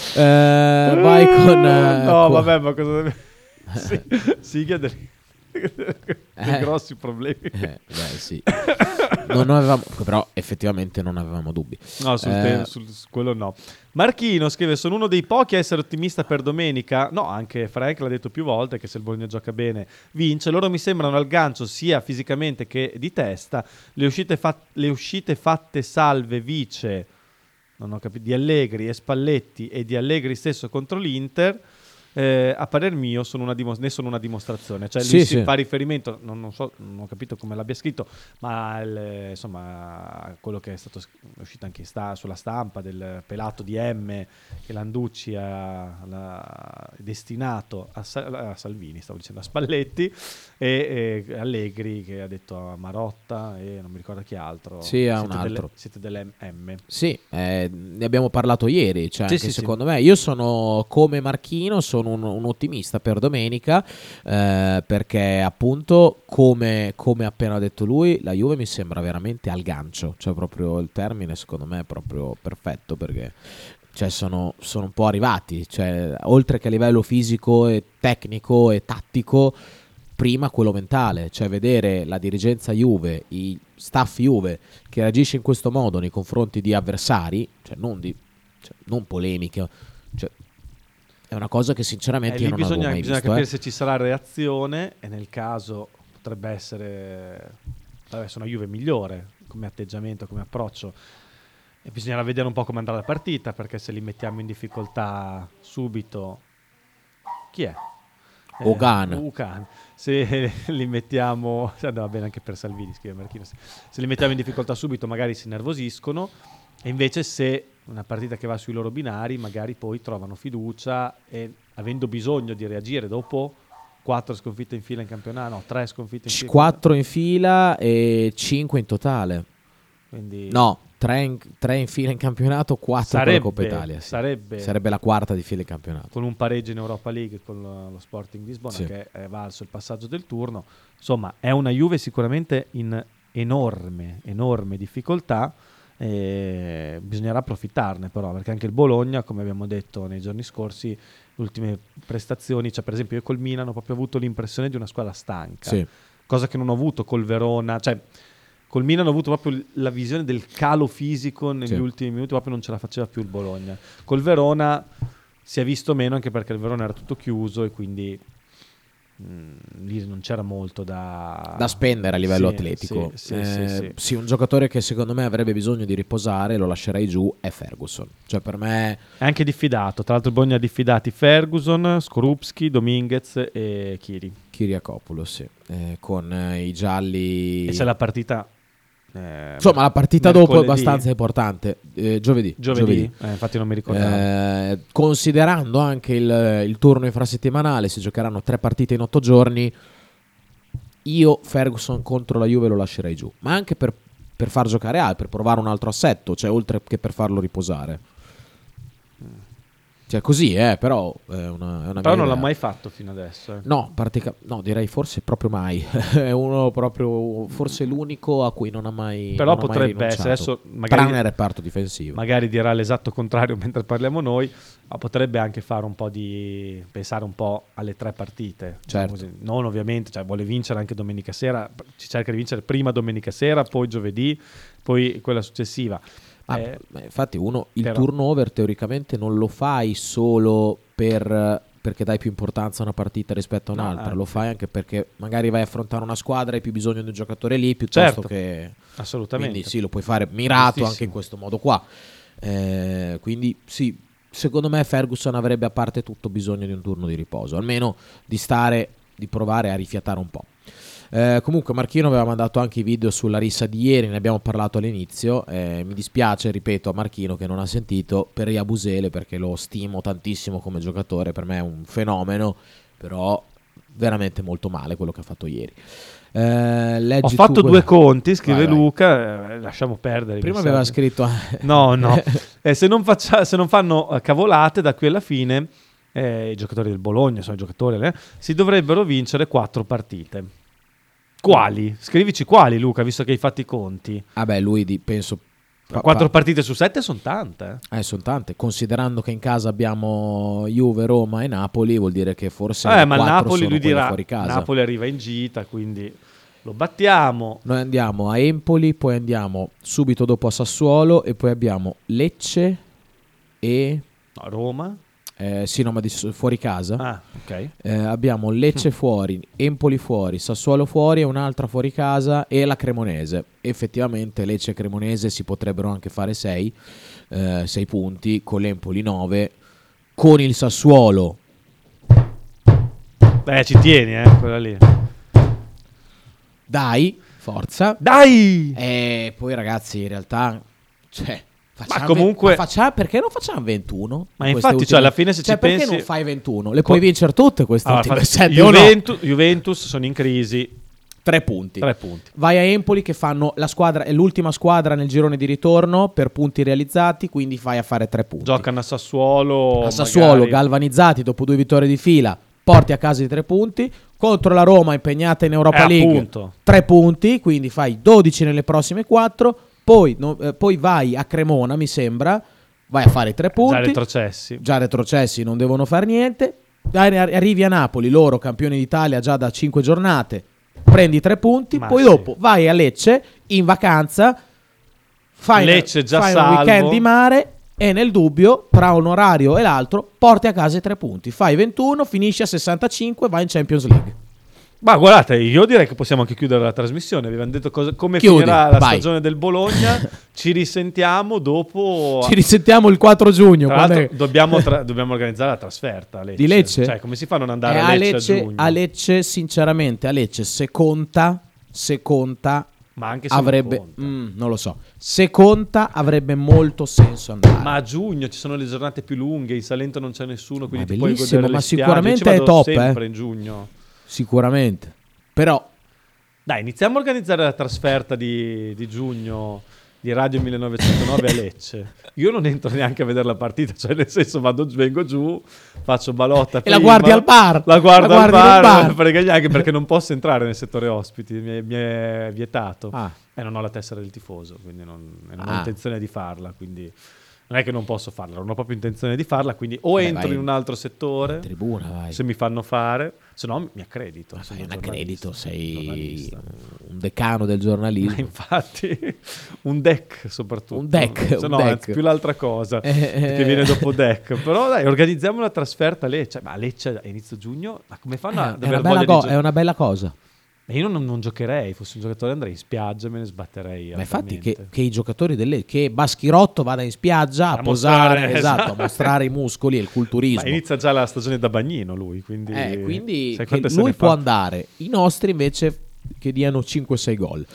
Eh, vai con... eh,
no,
con-
vabbè, ma cosa deve... sì, Sighi ha dei... dei
Eh.
grossi problemi.
Eh, beh, sì. Non avevamo, però effettivamente non avevamo dubbi.
No, sul
Eh,
te- sul- su quello no. Marchino scrive: sono uno dei pochi a essere ottimista per domenica. No, anche Frank l'ha detto più volte che se il Bologna gioca bene vince. Loro mi sembrano al gancio sia fisicamente che di testa. Le uscite, fat- le uscite fatte salve vice non ho capito, di Allegri e Spalletti e di Allegri stesso contro l'Inter. Eh, a parer mio sono una dimos- ne sono una dimostrazione, cioè
Sì,
lui si
sì.
fa riferimento, non, non so, non ho capito come l'abbia scritto, ma il- insomma quello che è stato sc- è uscito anche in sta- sulla stampa del pelato di M che Landucci ha, l'ha destinato a, Sa- a Salvini, stavo dicendo a Spalletti, e, e Allegri che ha detto a Marotta e non mi ricordo chi altro.
Sì, a un
Siete delle-
altro.
siete delle M.
Sì, eh, ne abbiamo parlato ieri, cioè
Sì,
anche
sì, sì.
secondo me. Io sono come Marchino, sono un, un ottimista per domenica, eh, perché appunto, come, come ha appena detto lui, la Juve mi sembra veramente al gancio, cioè proprio il termine secondo me è proprio perfetto, perché cioè sono, sono un po' arrivati, cioè, oltre che a livello fisico e tecnico e tattico, prima quello mentale, cioè vedere la dirigenza Juve, i staff Juve che reagisce in questo modo nei confronti di avversari, cioè non, di, cioè non polemiche, cioè è una cosa che sinceramente
Eh,
io
lì
non
bisogna,
avevo mai
bisogna
visto.
capire
eh.
se ci sarà reazione e nel caso potrebbe essere vabbè, sono Juve migliore come atteggiamento, come approccio, e bisognerà vedere un po' come andrà la partita, perché se li mettiamo in difficoltà subito, chi è? Eh,
Ogan.
Ogan. Se li mettiamo, se andava bene anche per Salvini, scrive Marchino, se, se li mettiamo in difficoltà subito magari si nervosiscono, e invece se una partita che va sui loro binari magari poi trovano fiducia e avendo bisogno di reagire dopo quattro sconfitte in fila in campionato, no, tre sconfitte in
C-
fila.
quattro in fila e cinque in totale.
Quindi
No, tre in, tre in fila in campionato, quattro con la Coppa Italia. sì.
sarebbe,
Sarebbe la quarta di fila in campionato.
con un pareggio in Europa League con lo, lo Sporting Lisbona
Sì.
che è valso il passaggio del turno. Insomma, è una Juve sicuramente in enorme, enorme difficoltà. E bisognerà approfittarne però, perché anche il Bologna, come abbiamo detto nei giorni scorsi, le ultime prestazioni, cioè per esempio io col Milan ho proprio avuto l'impressione di una squadra stanca,
Sì.
cosa che non ho avuto col Verona, cioè col Milan ho avuto proprio l- la visione del calo fisico negli
Sì.
ultimi minuti, proprio non ce la faceva più il Bologna. Col Verona si è visto meno, anche perché il Verona era tutto chiuso e quindi mh, lì non c'era molto da,
Da spendere a livello
Sì,
atletico.
sì, sì,
Eh,
sì, sì.
sì, un giocatore che secondo me avrebbe bisogno di riposare, lo lascerei giù, è Ferguson. Cioè per me
È anche diffidato, tra l'altro il Bologna ha diffidati Ferguson, Skorupski, Dominguez e Chiri.
Kyriakopoulos, sì. Eh, con eh, i gialli.
E c'è la partita Eh,
Insomma, la partita
mercoledì.
dopo è abbastanza importante. Eh, giovedì.
Giovedì,
giovedì.
Eh, infatti non mi ricordavo.
Eh, considerando anche il, il turno infrasettimanale, si giocheranno tre partite in otto giorni. Io Ferguson contro la Juve lo lascerei giù, ma anche per, per far giocare Al, per provare un altro assetto, cioè oltre che per farlo riposare. Cioè così, eh, però è una, è una
Però
mia
non l'ha
idea.
mai fatto fino adesso. eh.
No, pratica- no, direi forse proprio mai. È uno proprio, forse l'unico a cui non ha mai.
Però
non ha mai
potrebbe essere,
rinunciato.
adesso magari-
Tranne il reparto difensivo.
Magari dirà l'esatto contrario mentre parliamo noi, ma potrebbe anche fare un po' di pensare un po' alle tre partite. diciamo
Certo.
così. Non ovviamente, cioè vuole vincere anche domenica sera, ci cerca di vincere prima domenica sera, poi giovedì, poi quella successiva.
Ma,
Eh,
ma infatti uno il
però-
turnover teoricamente non lo fai solo per, perché dai più importanza a una partita rispetto a
No,
un'altra,
anzi.
lo fai anche perché magari vai a affrontare una squadra e hai più bisogno di un giocatore lì piuttosto
Certo,
che...
assolutamente.
Quindi sì, lo puoi fare mirato
Giustissimo.
anche in questo modo qua. Eh, quindi sì, secondo me Ferguson avrebbe a parte tutto bisogno di un turno di riposo, almeno di stare, di provare a rifiatare un po'. Eh, comunque Marchino aveva mandato anche i video sulla rissa di ieri, ne abbiamo parlato all'inizio. Eh, mi dispiace, ripeto, a Marchino che non ha sentito, per Yabusele, perché lo stimo tantissimo come giocatore, per me è un fenomeno, però veramente molto male quello che ha fatto ieri. Eh, leggi
Ho
tu
fatto
que-
due conti, scrive
Vai, vai.
Luca, eh, lasciamo perdere.
Prima
mi
aveva
serve.
scritto
No, no. Eh, se, non faccia- se non fanno eh, cavolate da qui alla fine, eh, i giocatori del Bologna, sono i giocatori, eh, si dovrebbero vincere quattro partite. Quali? Scrivici quali, Luca, visto che hai fatto i conti.
Vabbè, lui di, penso pa-
Quattro
pa-
partite su sette sono tante. eh.
eh, sono tante, considerando che in casa abbiamo Juve, Roma e Napoli, vuol dire che forse
Eh,
le
ma il
quattro
Napoli
sono
lui
quelle
dirà,
fuori casa.
Napoli arriva in gita, quindi lo battiamo.
Noi andiamo a Empoli, poi andiamo subito dopo a Sassuolo e poi abbiamo Lecce e
No, Roma.
eh, sì, no, ma di s- fuori casa.
Ah, ok.
Eh, abbiamo Lecce fuori, Empoli fuori, Sassuolo fuori e un'altra fuori casa e la Cremonese. Effettivamente Lecce e Cremonese si potrebbero anche fare sei, eh, sei punti, con l'Empoli nove, con il Sassuolo.
Beh, ci tieni, eh, quella lì.
Dai, forza.
Dai!
E poi ragazzi, in realtà, cioè, facciamo
comunque-
ve- ma facciamo- perché non facciamo ventuno?
Ma
in queste
infatti,
ultime-
cioè, alla fine se
cioè,
ci
perché
pensi-
non fai ventuno? Le puoi vincere tutte queste
Allora,
ultime
fa-
sette o no?
Juventus, Juventus sono in crisi.
Tre punti.
Tre punti.
Vai a Empoli che fanno la squadra, è l'ultima squadra nel girone di ritorno per punti realizzati, quindi fai a fare tre punti.
Giocano a Sassuolo.
a Sassuolo,
magari.
galvanizzati dopo due vittorie di fila, porti a casa i tre punti. Contro la Roma impegnata in Europa
Eh,
League,
appunto.
tre punti, quindi fai dodici nelle prossime quattro. Poi, no- eh, poi vai a Cremona, mi sembra, vai a fare i tre punti.
Già retrocessi.
Già retrocessi, non devono fare niente. Arri- Arrivi a Napoli, loro campioni d'Italia già da cinque giornate, prendi tre punti.
Ma
poi
sì.
dopo vai a Lecce in vacanza, fai,
Lecce già
fai un
salvo.
weekend di mare e nel dubbio, tra un orario e l'altro, porti a casa i tre punti. Fai ventuno, finisci a sessantacinque, vai in Champions League.
Ma guardate, io direi che possiamo anche chiudere la trasmissione. Avevamo detto cosa- come
Chiudi,
finirà la
vai.
stagione del Bologna. Ci risentiamo dopo.
Ci risentiamo il quattro giugno.
Tra
quando
l'altro,
è-
dobbiamo, tra- dobbiamo organizzare la trasferta a Lecce.
Di Lecce?
Cioè, come si fa a non andare
Eh,
a
a
Lecce a,
Lecce,
giugno?
a Lecce, sinceramente, a Lecce se conta, se conta,
Ma anche se non
avrebbe,
conta.
mm, non lo so, se conta avrebbe molto senso andare.
Ma a giugno ci sono le giornate più lunghe, in Salento non c'è nessuno, quindi
Ma
ti puoi
bellissimo,
godere le
ma
spiagge.
sicuramente
Io ci
è
vado
top,
sempre
eh.
in giugno.
Sicuramente. Però
Dai, iniziamo a organizzare la trasferta di, di giugno di Radio millenovecentonove a Lecce. Io non entro neanche a vedere la partita, cioè nel senso vado, vengo giù, faccio balotta
E la
prima,
guardi al bar.
la guardo
La
al
guardi nel
bar,
bar.
non me frega neanche perché non posso entrare nel settore ospiti, mi è, mi è vietato.
Ah.
E non ho la tessera del tifoso, quindi non, e non ho
Ah.
intenzione di farla, quindi non è che non posso farla, non ho proprio intenzione di farla, quindi o
Beh,
entro
vai
in un altro settore,
tribuna, vai.
se mi fanno fare, se no mi accredito.
Ma
sono
fai un
giornalista,
accredito, sei
giornalista.
un decano del
Ma
giornalismo.
infatti, un deck soprattutto.
Un deck,
Se
un
no,
deck.
anzi, più l'altra cosa
Eh,
che
eh.
viene dopo deck. Però dai, organizziamo una trasferta a Lecce. Ma a Lecce a inizio giugno, ma come fanno a
Eh, è,
aver
una
voglia
bella
di
co-
gio-
è una bella cosa.
Ma io non, non giocherei, fossi un giocatore andrei in spiaggia e me ne sbatterei.
Ma infatti che,
altamente.
che i giocatori delle che Baschirotto vada in spiaggia a,
A
posare,
mostrare,
esatto,
esatto.
a mostrare i muscoli e il culturismo.
Ma inizia già la stagione da bagnino lui, quindi,
Eh, quindi
sai
che
quante se
lui
ne
può
fa?
andare, i nostri invece che diano cinque sei gol.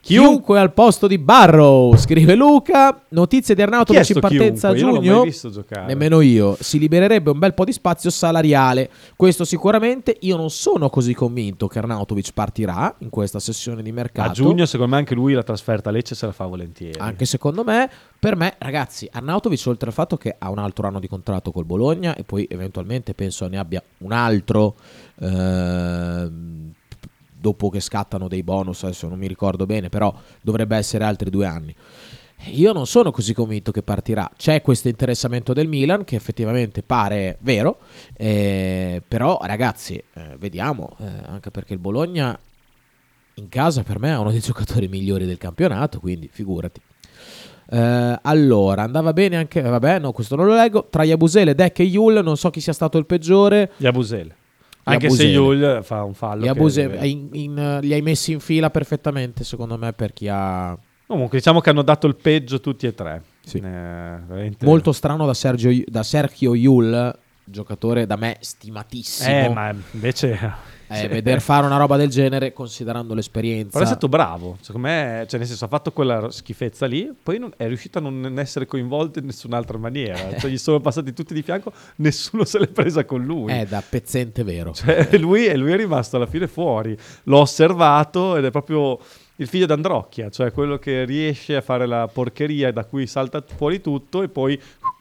Chiunque al posto di Barrow, scrive Luca. Notizie di Arnautovic in partenza a giugno.
Io non l'ho mai visto giocare.
Nemmeno io. Si libererebbe un bel po' di spazio salariale. Questo sicuramente. Io non sono così convinto che Arnautovic partirà in questa sessione di mercato.
A giugno secondo me anche lui la trasferta a Lecce se la fa volentieri.
Anche secondo me. Per me, ragazzi, Arnautovic, oltre al fatto che ha un altro anno di contratto col Bologna e poi eventualmente penso ne abbia un altro eh, dopo che scattano dei bonus, adesso non mi ricordo bene, però dovrebbe essere altri due anni. Io non sono così convinto che partirà. C'è questo interessamento del Milan che effettivamente pare vero, eh, però ragazzi, eh, vediamo, eh, anche perché il Bologna in casa per me è uno dei giocatori migliori del campionato, quindi figurati. Uh, allora, andava bene anche, vabbè, no, questo non lo leggo. Tra Yabusele, Dec e Yul, non so chi sia stato il peggiore.
Yabusele. Anche
Yabusele.
se Yul fa un fallo.
Yabusele,
che...
in, in, li hai messi in fila perfettamente, secondo me, per chi ha.
Comunque, diciamo che hanno dato il peggio tutti e tre.
Sì.
Eh, veramente...
Molto strano da Sergio, da Sergio Yul, giocatore da me stimatissimo.
Eh, ma invece.
Eh, veder fare una roba del genere, considerando l'esperienza.
Però è stato bravo, secondo me, cioè nel senso ha fatto quella schifezza lì, poi non, è riuscito a non essere coinvolto in nessun'altra maniera, cioè gli sono passati tutti di fianco, nessuno se l'è presa con lui.
È da pezzente vero.
Cioè, lui, lui è rimasto alla fine fuori, l'ho osservato ed è proprio il figlio d'Androcchia, cioè quello che riesce a fare la porcheria da cui salta fuori tutto e poi...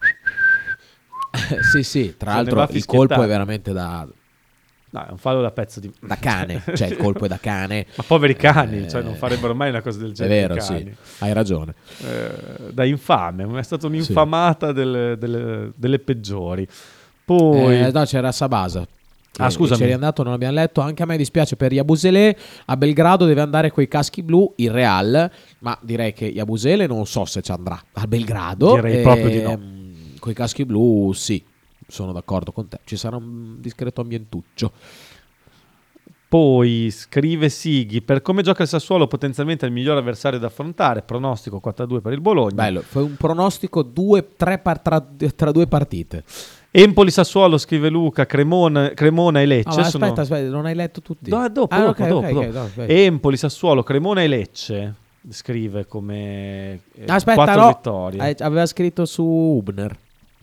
sì, sì, tra l'altro il colpo è veramente da...
No, è un fallo da pezzo di...
Da cane, cioè il colpo è da cane.
Ma poveri cani,
eh,
cioè non farebbero mai una cosa del genere.
È vero, sì, hai ragione.
Eh, da infame, è stata un'infamata sì. delle, delle, delle peggiori. Poi...
Eh, no, c'era Sabasa.
Ah, scusami.
C'eri andato, non abbiamo letto. Anche a me dispiace per Yabusele. A Belgrado deve andare coi caschi blu il Real, ma direi che Yabusele non so se ci andrà a Belgrado.
Direi eh, proprio di no.
Coi caschi blu sì. Sono d'accordo con te, ci sarà un discreto ambientuccio.
Poi scrive Sighi: per come gioca il Sassuolo potenzialmente è il miglior avversario da affrontare, pronostico quattro a due per il Bologna.
Bello, fai un pronostico due tre par- tra, tra due partite.
Empoli Sassuolo, scrive Luca, Cremona, Cremona e Lecce.
Oh,
sono...
aspetta, aspetta, non hai letto tutti.
Do, dopo,
ah,
dopo,
okay,
dopo,
okay,
dopo.
Okay, okay.
Empoli Sassuolo, Cremona e Lecce. Scrive come eh,
aspetta,
quattro
no.
vittorie.
Aveva scritto su Hubner.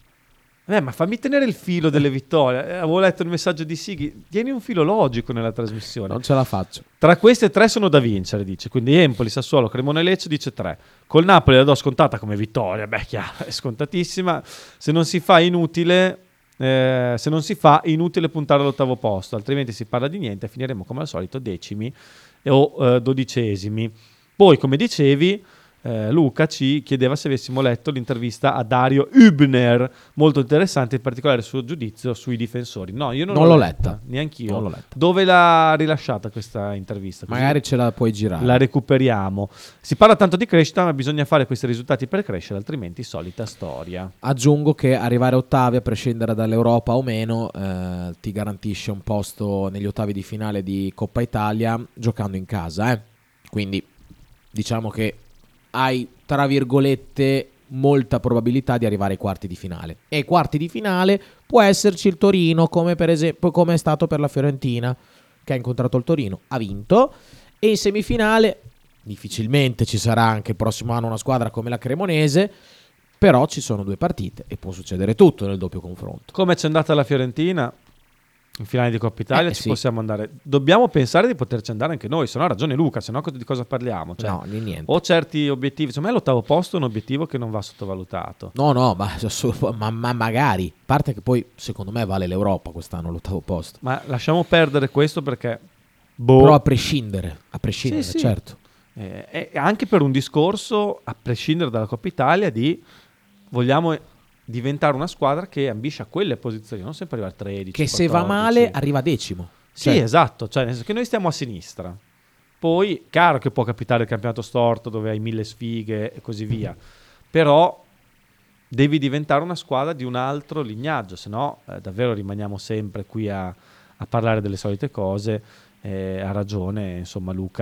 Eh, ma fammi tenere il filo delle vittorie. Eh, avevo letto il messaggio di Sighi. Tieni un filo logico nella trasmissione.
Non ce la faccio.
Tra queste tre sono da vincere, dice. Quindi Empoli, Sassuolo, Cremona e Lecce dice tre. Col Napoli la do scontata come vittoria. Beh, chiaro, è scontatissima. Se non si fa inutile, eh, se non si fa inutile puntare all'ottavo posto, altrimenti si parla di niente e finiremo come al solito decimi o eh, dodicesimi. Poi, come dicevi, Eh, Luca ci chiedeva se avessimo letto l'intervista a Dario Hübner, molto interessante, in particolare il suo giudizio sui difensori. No, io non,
non
l'ho,
l'ho
letta,
letta,
neanch'io.
non l'ho letta.
Dove l'ha rilasciata questa intervista? Così
magari ce la puoi girare,
la recuperiamo. Si parla tanto di crescita, ma bisogna fare questi risultati per crescere, altrimenti solita storia.
Aggiungo che arrivare ottavi, a prescindere dall'Europa o meno, eh, ti garantisce un posto negli ottavi di finale di Coppa Italia giocando in casa, eh. Quindi diciamo che hai, tra virgolette, molta probabilità di arrivare ai quarti di finale. E ai quarti di finale può esserci il Torino, come per esempio come è stato per la Fiorentina, che ha incontrato il Torino, ha vinto. E in semifinale difficilmente ci sarà anche il prossimo anno una squadra come la Cremonese, però ci sono due partite e può succedere tutto nel doppio confronto.
Come c'è andata la Fiorentina in finale di Coppa Italia,
eh,
ci
sì.
possiamo andare. Dobbiamo pensare di poterci andare anche noi, se no ha ragione Luca, se no di cosa parliamo? Cioè,
no, di niente.
O certi obiettivi, secondo me l'ottavo posto è un obiettivo che non va sottovalutato.
No, no, ma, ma, ma magari, a parte che poi secondo me vale l'Europa quest'anno l'ottavo posto.
Ma lasciamo perdere questo perché boh.
Però a prescindere, a prescindere,
sì, sì.
certo.
Eh, e anche per un discorso, a prescindere dalla Coppa Italia, di vogliamo diventare una squadra che ambisce a quelle posizioni, non sempre arriva al tredici.
Che
quattordici.
se va male arriva decimo.
Sì,
cioè.
esatto, cioè nel senso che noi stiamo a sinistra. Poi, chiaro che può capitare il campionato storto dove hai mille sfighe e così via, però devi diventare una squadra di un altro lignaggio, se no eh, davvero rimaniamo sempre qui a, a parlare delle solite cose. Eh, ha ragione, insomma, Luca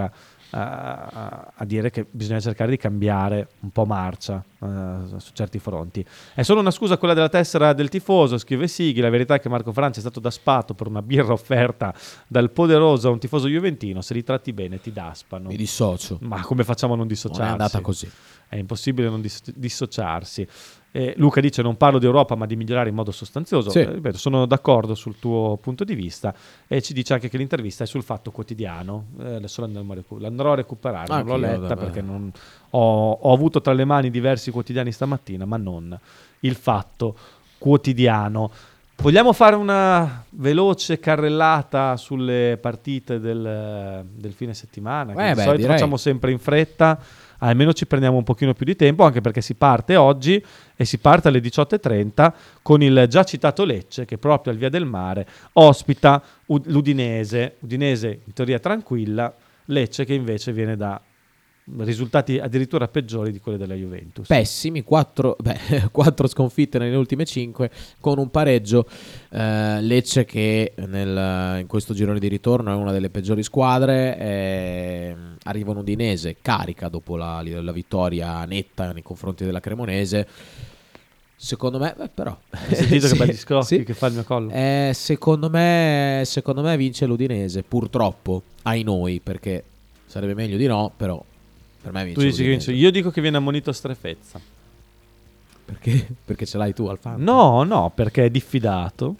a, a dire che bisogna cercare di cambiare un po' marcia uh, su certi fronti. È solo una scusa quella della tessera del tifoso, scrive Sighi. La verità è che Marco Francia è stato daspato per una birra offerta dal poderoso a un tifoso juventino. Se li tratti bene ti daspano.
Mi dissocio.
Ma come facciamo a non dissociarsi?
Non è andata così.
È impossibile non dis- dissociarsi. Eh, Luca dice: non parlo di Europa ma di migliorare in modo sostanzioso.
Sì.
Eh, ripeto, sono d'accordo sul tuo punto di vista, e ci dice anche che l'intervista è sul Fatto Quotidiano. Eh, adesso l'andrò a, recu- l'andrò a recuperare,
Ah,
non l'ho
che io,
letta
vabbè.
perché non, ho, ho avuto tra le mani diversi quotidiani stamattina, ma non il Fatto Quotidiano. Vogliamo fare una veloce carrellata sulle partite del, del fine settimana? Che
Eh
di
beh,
solito
direi.
facciamo sempre in fretta. Almeno ci prendiamo un pochino più di tempo, anche perché si parte oggi e si parte alle diciotto e trenta con il già citato Lecce, che proprio al Via del Mare ospita U- l'Udinese. Udinese in teoria tranquilla, Lecce che invece viene da risultati addirittura peggiori di quelli della Juventus.
Pessimi, quattro, beh, quattro sconfitte nelle ultime cinque con un pareggio. eh, Lecce che nel, in questo girone di ritorno è una delle peggiori squadre. eh, arriva un Udinese carica dopo la, la vittoria netta nei confronti della Cremonese. Secondo me, beh, però
Hai sentito
Sì,
che belli scrocchi
sì.
che fa il mio collo?
Eh, secondo me secondo me vince l'Udinese, purtroppo, ai noi, perché sarebbe meglio di no, però per me vince
Tu dici che
l'Udinese.
vince. Io dico che viene ammonito Strefezza.
Perché? Perché ce l'hai tu al fan?
No, no, perché è diffidato.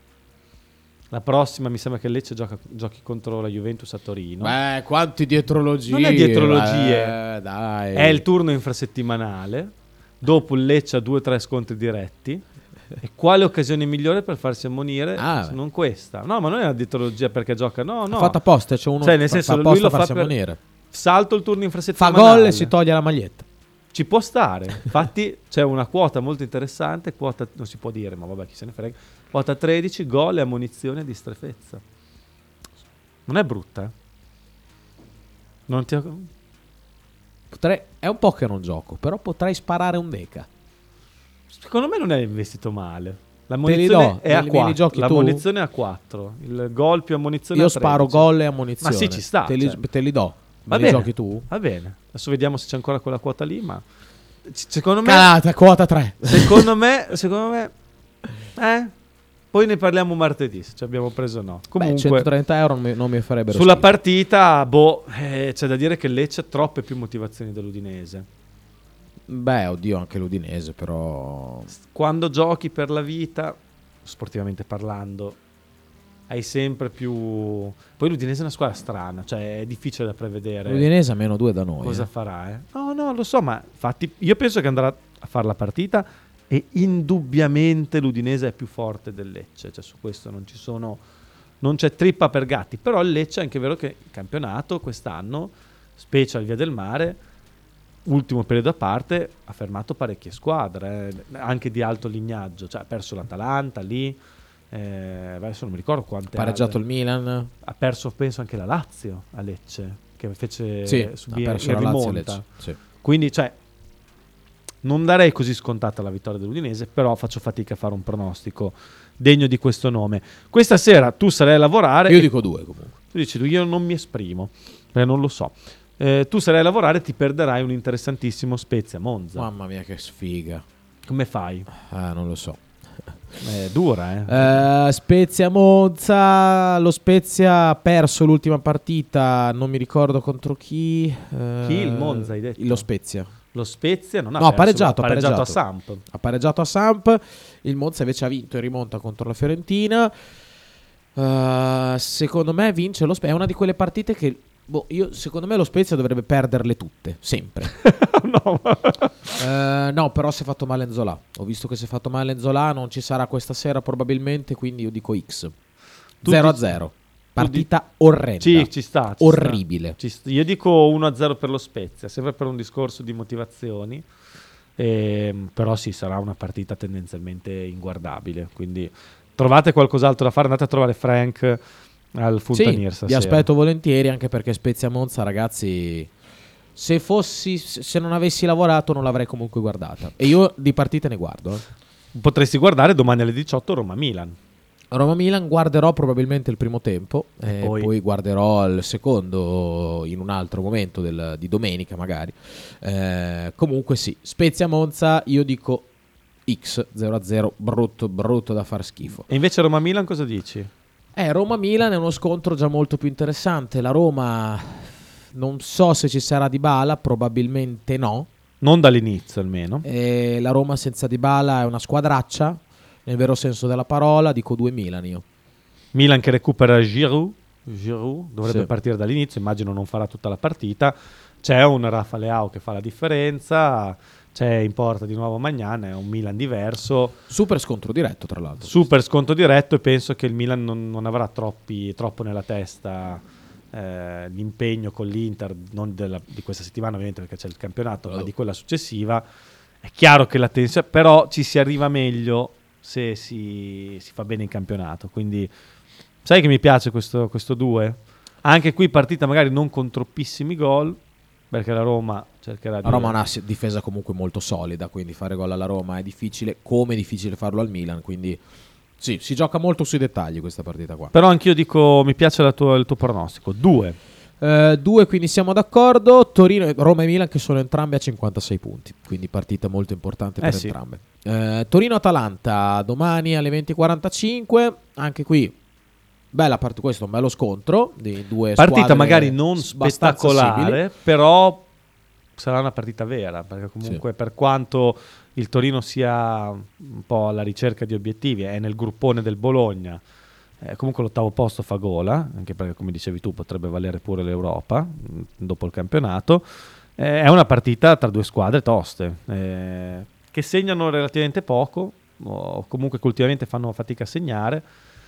La prossima mi sembra che il Lecce gioca, giochi contro la Juventus a Torino.
Beh, quanti dietrologie.
Non è dietrologie.
Eh, dai.
È il turno infrasettimanale. Dopo il Lecce ha due o tre scontri diretti. E quale occasione migliore per farsi ammonire
Ah,
se
beh.
non questa? No, ma non è una dietrologia perché gioca. No, no.
Ha fatto apposta, c'è uno
Cioè, nel
fa-
senso,
fa
lui
apposta
lo
a
fa
farsi
per-
ammonire.
Salto il turno
Fa
infrasettimanale.
gol e si toglie la maglietta.
Ci può stare. Infatti c'è una quota molto interessante, quota non si può dire, ma vabbè, chi se ne frega. Quota tredici, gol e ammonizione di Strefezza. Non è brutta, eh? Non ti...
Potrei- È un po' che non gioco, però potrei sparare un deca.
Secondo me non è investito male. La
Te li
munizione
do,
è a
me li- me li
quattro.
giochi
La
tu?
munizione è a quattro. Il gol più ammonizione
Io
a tredici.
sparo gol e ammonizione.
Ma sì, ci sta.
Te li,
cioè.
te li do.
Va
Me li
bene.
giochi tu?
Va bene. Adesso vediamo se c'è ancora quella quota lì, ma c- secondo me
Calata, quota tre.
secondo me secondo me eh poi ne parliamo martedì se ci abbiamo preso o no.
Beh,
Comunque
centotrenta euro non mi, non mi farebbero
sulla
schifo.
partita boh, eh, c'è da dire che il Lecce ha troppe più motivazioni dell'Udinese.
Beh, oddio, anche l'Udinese, però...
Quando giochi per la vita, sportivamente parlando, hai sempre più... Poi l'Udinese è una squadra strana, cioè è difficile da prevedere
L'Udinese a meno due da noi.
cosa
eh.
farà. Eh? No, no, lo so, ma infatti io penso che andrà a fare la partita e indubbiamente l'Udinese è più forte del Lecce, cioè su questo non ci sono... Non c'è trippa per gatti, però il Lecce è anche vero che il campionato quest'anno, specie al Via del Mare, ultimo periodo a parte, ha fermato parecchie squadre, eh, anche di alto lignaggio, cioè ha perso l'Atalanta lì, eh, adesso non mi ricordo quante
Pareggiato
altre.
il Milan.
Ha perso penso anche la Lazio a Lecce, che fece
Sì,
subire
ha perso
in
la Lazio
rimonta.
Lecce, sì.
Quindi, cioè, non darei così scontata la vittoria dell'Udinese, però faccio fatica a fare un pronostico degno di questo nome. Questa sera tu sarai a lavorare.
Io
e-
dico due comunque.
Tu dici, io non mi esprimo, perché non lo so. Eh, tu sarai a lavorare e ti perderai un interessantissimo Spezia-Monza.
Mamma mia, che sfiga.
Come fai?
Ah, non lo so.
È dura, eh?
Eh, Spezia Monza. Lo Spezia ha perso l'ultima partita, non mi ricordo contro chi. eh,
Chi? Il Monza, hai detto?
Lo Spezia.
Lo Spezia non ha
No, ha
perso,
pareggiato,
ha
ha
pareggiato a
pareggiato.
Samp.
Ha pareggiato a Samp. Il Monza invece ha vinto in rimonta contro la Fiorentina. Eh, secondo me vince lo Spezia. È una di quelle partite che boh, io, secondo me lo Spezia dovrebbe perderle tutte, sempre.
no.
Eh, no, però si è fatto male Nzola. Ho visto che si è fatto male Nzola, non ci sarà questa sera probabilmente, quindi io dico X.
Tu
zero a
dici-
zero. Partita orrenda.
Sì, ci sta. ci
Orribile.
sta. Ci sta. Io dico uno a zero per lo Spezia, sempre per un discorso di motivazioni. Ehm, però sì, sarà una partita tendenzialmente inguardabile. Quindi trovate qualcos'altro da fare, andate a trovare Frank al Fultanir
Sì, vi
stasera.
aspetto volentieri, anche perché Spezia Monza, ragazzi, se fossi se non avessi lavorato non l'avrei comunque guardata. E io di partite ne guardo. eh.
Potresti guardare domani alle diciotto Roma-Milan.
Roma-Milan guarderò probabilmente il primo tempo, e
Poi-
poi... guarderò il secondo in un altro momento del- di domenica magari. Eh, comunque sì, Spezia-Monza, io dico X, zero a zero, brutto, brutto da far schifo.
E invece Roma-Milan cosa dici?
Eh, Roma-Milan è uno scontro già molto più interessante. La Roma, non so se ci sarà Dybala, probabilmente no.
Non dall'inizio almeno.
E la Roma senza Dybala è una squadraccia, nel vero senso della parola. Dico due Milan io.
Milan che recupera Giroud, Giroud dovrebbe
Sì.
partire dall'inizio, immagino non farà tutta la partita. C'è un Rafa Leao che fa la differenza, c'è in porta di nuovo Magnan, è un Milan diverso,
Super scontro diretto, tra l'altro.
super sconto diretto, e penso che il Milan non, non avrà troppi, troppo nella testa eh, l'impegno con l'Inter, non della- di questa settimana ovviamente perché c'è il campionato, ma di quella successiva. È chiaro che la tensione, però ci si arriva meglio se si, si fa bene in campionato, quindi sai che mi piace questo, questo due? Anche qui partita magari non con troppissimi gol, perché la Roma cercherà di...
La Roma ha una s- difesa comunque molto solida, quindi fare gol alla Roma è difficile, come è difficile farlo al Milan, quindi sì, si gioca molto sui dettagli questa partita qua.
Però anch'io dico, mi piace la tua- il tuo pronostico, due.
Eh, due, quindi siamo d'accordo. Torino, Roma e Milan che sono entrambe a cinquantasei punti, quindi partita molto importante
Eh
per
sì.
entrambe. Eh, Torino-Atalanta domani alle venti e quarantacinque, anche qui bella parte, questo è un bello scontro di due
Partita
squadre
magari non
abbastanza
spettacolare,
simili.
però sarà una partita vera, perché comunque per quanto il Torino sia un po' alla ricerca di obiettivi, è nel gruppone del Bologna, eh, comunque l'ottavo posto fa gola, anche perché come dicevi tu potrebbe valere pure l'Europa mh, dopo il campionato. Eh, è una partita tra due squadre toste, eh, che segnano relativamente poco, o comunque che ultimamente fanno fatica a segnare,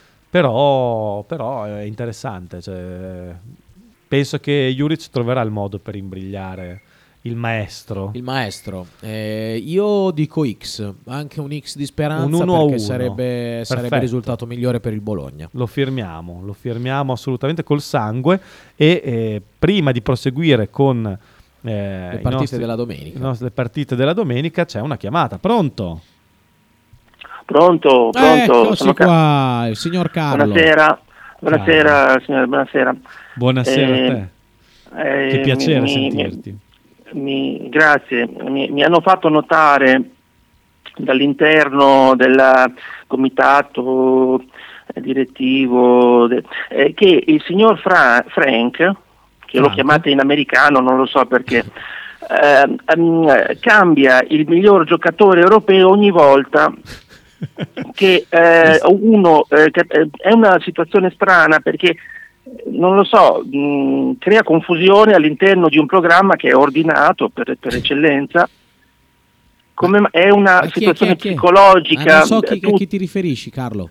però, però è interessante, cioè, penso che Juric troverà il modo per imbrigliare il maestro.
Il maestro, eh, io dico X, anche un X di speranza,
Un uno a
perché
uno.
sarebbe, sarebbe
Perfetto.
il risultato migliore per il Bologna.
Lo firmiamo, lo firmiamo assolutamente col sangue. E eh, prima di proseguire con eh,
Le
i
partite
nostri-
della domenica.
i nostri- le partite della domenica, c'è una chiamata. Pronto?
Pronto, pronto.
Eccoci
sono Ca-
qua, il signor Carlo.
Buonasera, buonasera, signore, buonasera.
Buonasera
Eh,
a te.
Eh,
Che piacere
mi-
sentirti.
mi- grazie, mi, mi hanno fatto notare dall'interno del comitato eh, direttivo de- eh, che il signor Fra- Frank, che lo
Franco.
chiamate in americano, non lo so perché, eh, ehm, cambia il miglior giocatore europeo ogni volta che eh, uno eh, che- eh, è una situazione strana perché eh, non lo so, mh, crea confusione all'interno di un programma che è ordinato per, per eccellenza. Come ma- è una
A chi è,
situazione
chi è, chi è?
psicologica.
Ah, non so chi,
tu-
a chi ti riferisci, Carlo.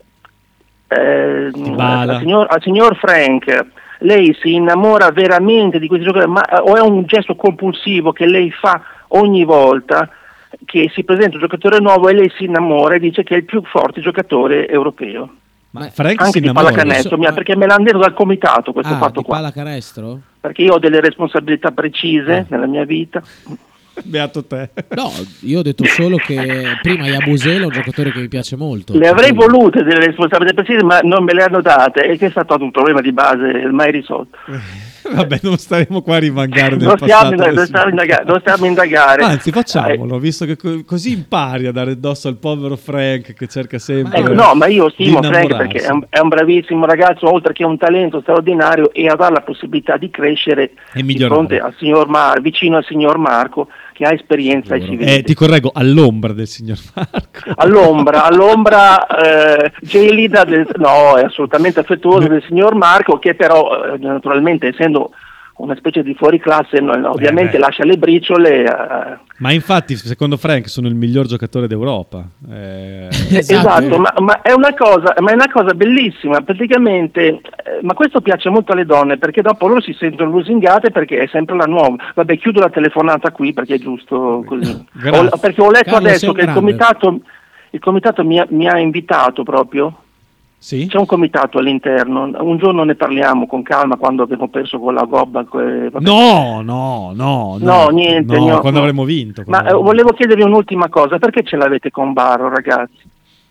eh,
Dybala.
al, signor, al signor Frank, lei si innamora veramente di questi giocatori, ma o è un gesto compulsivo che lei fa ogni volta che si presenta un giocatore nuovo e lei si innamora e dice che è il più forte giocatore europeo?
Ma Frank si
Anche di
innamora.
pallacanestro,
Adesso-
mia, perché me l'hanno detto dal comitato questo
Ah,
fatto
di
qua,
pallacanestro?
perché io ho delle responsabilità precise
Ah.
nella mia vita.
Beato te.
No, io ho detto solo che prima Yabusele è un giocatore che mi piace molto.
Le avrei
Quindi-
volute delle responsabilità precise, ma non me le hanno date, e che è stato un problema di base mai risolto.
Vabbè, non staremo qua a rimangare nel
Non stiamo,
passato.
indag- non
adesso.
stiamo indagare, non stiamo a indagare.
Anzi, facciamolo, visto che co- così impari a dare addosso al povero Frank che cerca sempre.
Ecco, no, ma io stimo
di
Frank
innamorarsi.
perché è un, è un bravissimo ragazzo, oltre che un talento straordinario, e avrà la possibilità di crescere
E
di
migliorare.
fronte al signor Mar- vicino al signor Marco, che ha esperienza e ci vede.
Eh, ti correggo, all'ombra del signor Marco.
All'ombra, all'ombra eh, gelida del, no, è assolutamente affettuoso del signor Marco, che però eh, naturalmente, essendo una specie di fuoriclasse, no, no, ovviamente
beh.
lascia le briciole. eh,
Ma infatti, secondo Frank, sono il miglior giocatore d'Europa. Eh,
Esatto, ma, ma è una cosa, ma è una cosa bellissima, praticamente, eh, ma questo piace molto alle donne, perché dopo loro si sentono lusingate perché è sempre la nuova. Vabbè, chiudo la telefonata qui perché è giusto così.
Grazie.
Ho- perché ho letto
Carlo, sei
adesso
un
che il
grande.
comitato, il comitato mi, ha, mi ha invitato proprio.
sì?
C'è un comitato all'interno, un giorno ne parliamo con calma quando abbiamo perso con la gobba. que- vabbè.
No, no, no,
No, niente,
no,
no,
quando
no.
avremo vinto.
Ma
quando
eh,
avremo
volevo chiedervi un'ultima cosa, perché ce l'avete con Barro, ragazzi?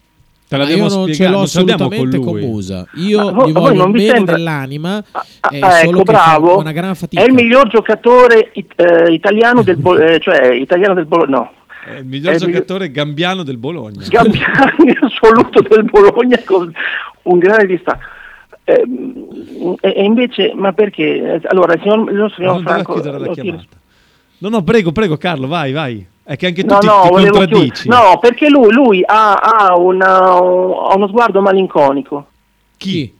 Te
Ma
l'abbiamo
io non ce
spiegato,
l'ho
non ce l'abbiamo
assolutamente
con
con,
lui.
Musa. Io
Ma voi-
gli
ma voi
voglio
non
il
vi
bene
sembra-
dell'anima,
Ah,
eh,
ah,
solo
ecco,
che fa
bravo.
una gran fatica.
È il miglior giocatore it- eh, italiano del Bo- eh, cioè italiano del Bologna. No.
È il miglior
È il
giocatore gambiano del Bologna.
Gambiano in assoluto del Bologna con un grande distacco. Ehm, E, e invece, ma perché? Allora, il signor, il
Ma
signor
non doveva
Franco.
chiudere la
lo
chiamata.
chiedo-
No, no, prego, prego, Carlo, vai, vai. È che anche tu
No,
ti,
no,
ti
volevo
contraddici.
chiudere. No, perché lui, lui ha, ha una- ha uno sguardo malinconico.
Chi?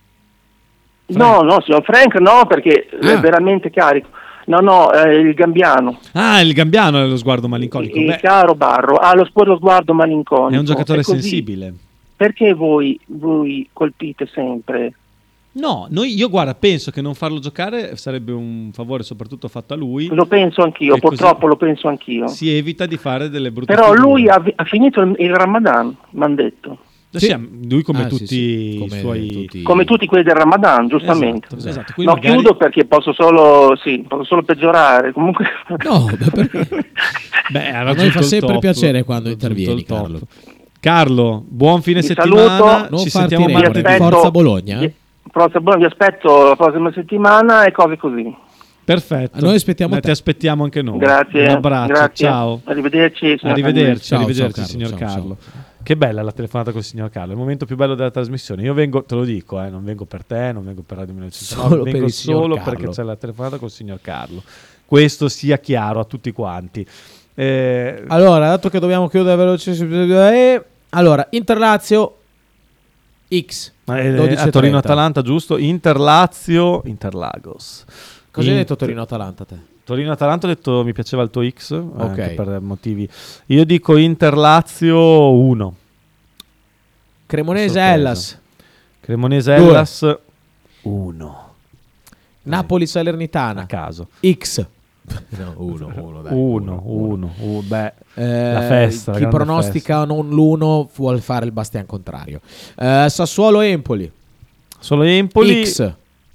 No, no, signor Frank, no, perché
Ah.
è veramente carico. No, no, eh, il Gambiano,
Ah, il gambiano è lo sguardo malinconico.
il
Beh,
caro Barro, ha lo, lo sguardo malinconico.
è un giocatore
È così.
sensibile.
Perché voi, voi colpite sempre?
No, noi, io guarda, penso che non farlo giocare sarebbe un favore soprattutto fatto a lui.
Lo penso anch'io,
E così
purtroppo lo penso anch'io.
Si evita di fare delle brutte
Però
figure.
lui ha, ha finito il, il Ramadan, mi hanno detto.
Sì, lui come
Ah, sì,
tutti
sì,
i
come
suoi...
tutti.
Come tutti quelli del Ramadan, giustamente.
Esatto, esatto. Quindi
No,
magari-
chiudo perché posso solo, sì, posso solo peggiorare. Comunque...
No, beh, perché?
Beh, ha
A noi
raggiunto
fa
il
sempre
top,
piacere quando
ha raggiunto
intervieni,
il top.
Carlo.
Carlo, buon fine
Vi
settimana.
saluto.
Non
Ci
farti
sentiamo
rendere.
martedì.
aspetto-
Forza Bologna.
vi- Forza Bologna, vi aspetto la prossima settimana e cose così.
Perfetto.
A noi aspettiamo
Eh,
te.
Ti aspettiamo anche noi.
Grazie.
Un abbraccio,
grazie.
ciao.
Arrivederci. signor
Arrivederci,
Ciao,
arrivederci
ciao, Carlo,
signor
ciao,
Carlo.
ciao.
Che bella la telefonata col signor Carlo, è il momento più bello della trasmissione. Io vengo, te lo dico, eh, non vengo per te, non vengo per Radio millenovecentonove,
Solo per
vengo
il signor
solo
Carlo.
perché c'è la telefonata col signor Carlo. Questo sia chiaro a tutti quanti. Eh,
Allora, dato che dobbiamo chiudere velocemente, allora, Inter-Lazio X.
ma, eh,
dodici e
a Torino
trenta.
Atalanta, giusto? Inter-Lazio, Inter-Lagos.
Cosa hai
Inter-
detto Torino-Atalanta te?
Torino-Atalanta ho detto mi piaceva il tuo X,
Ok.
anche per motivi. Io dico Inter-Lazio uno.
Cremonese-Hellas.
Cremonese-Hellas uno.
Napoli-Salernitana.
A caso.
X. No, uno, uno, dai.
Uno, uno, uno. Beh,
Eh,
la festa. la
chi
grande
pronostica non l'uno vuol fare il bastian contrario. Eh, Sassuolo-Empoli.
festa. Solo Empoli
X.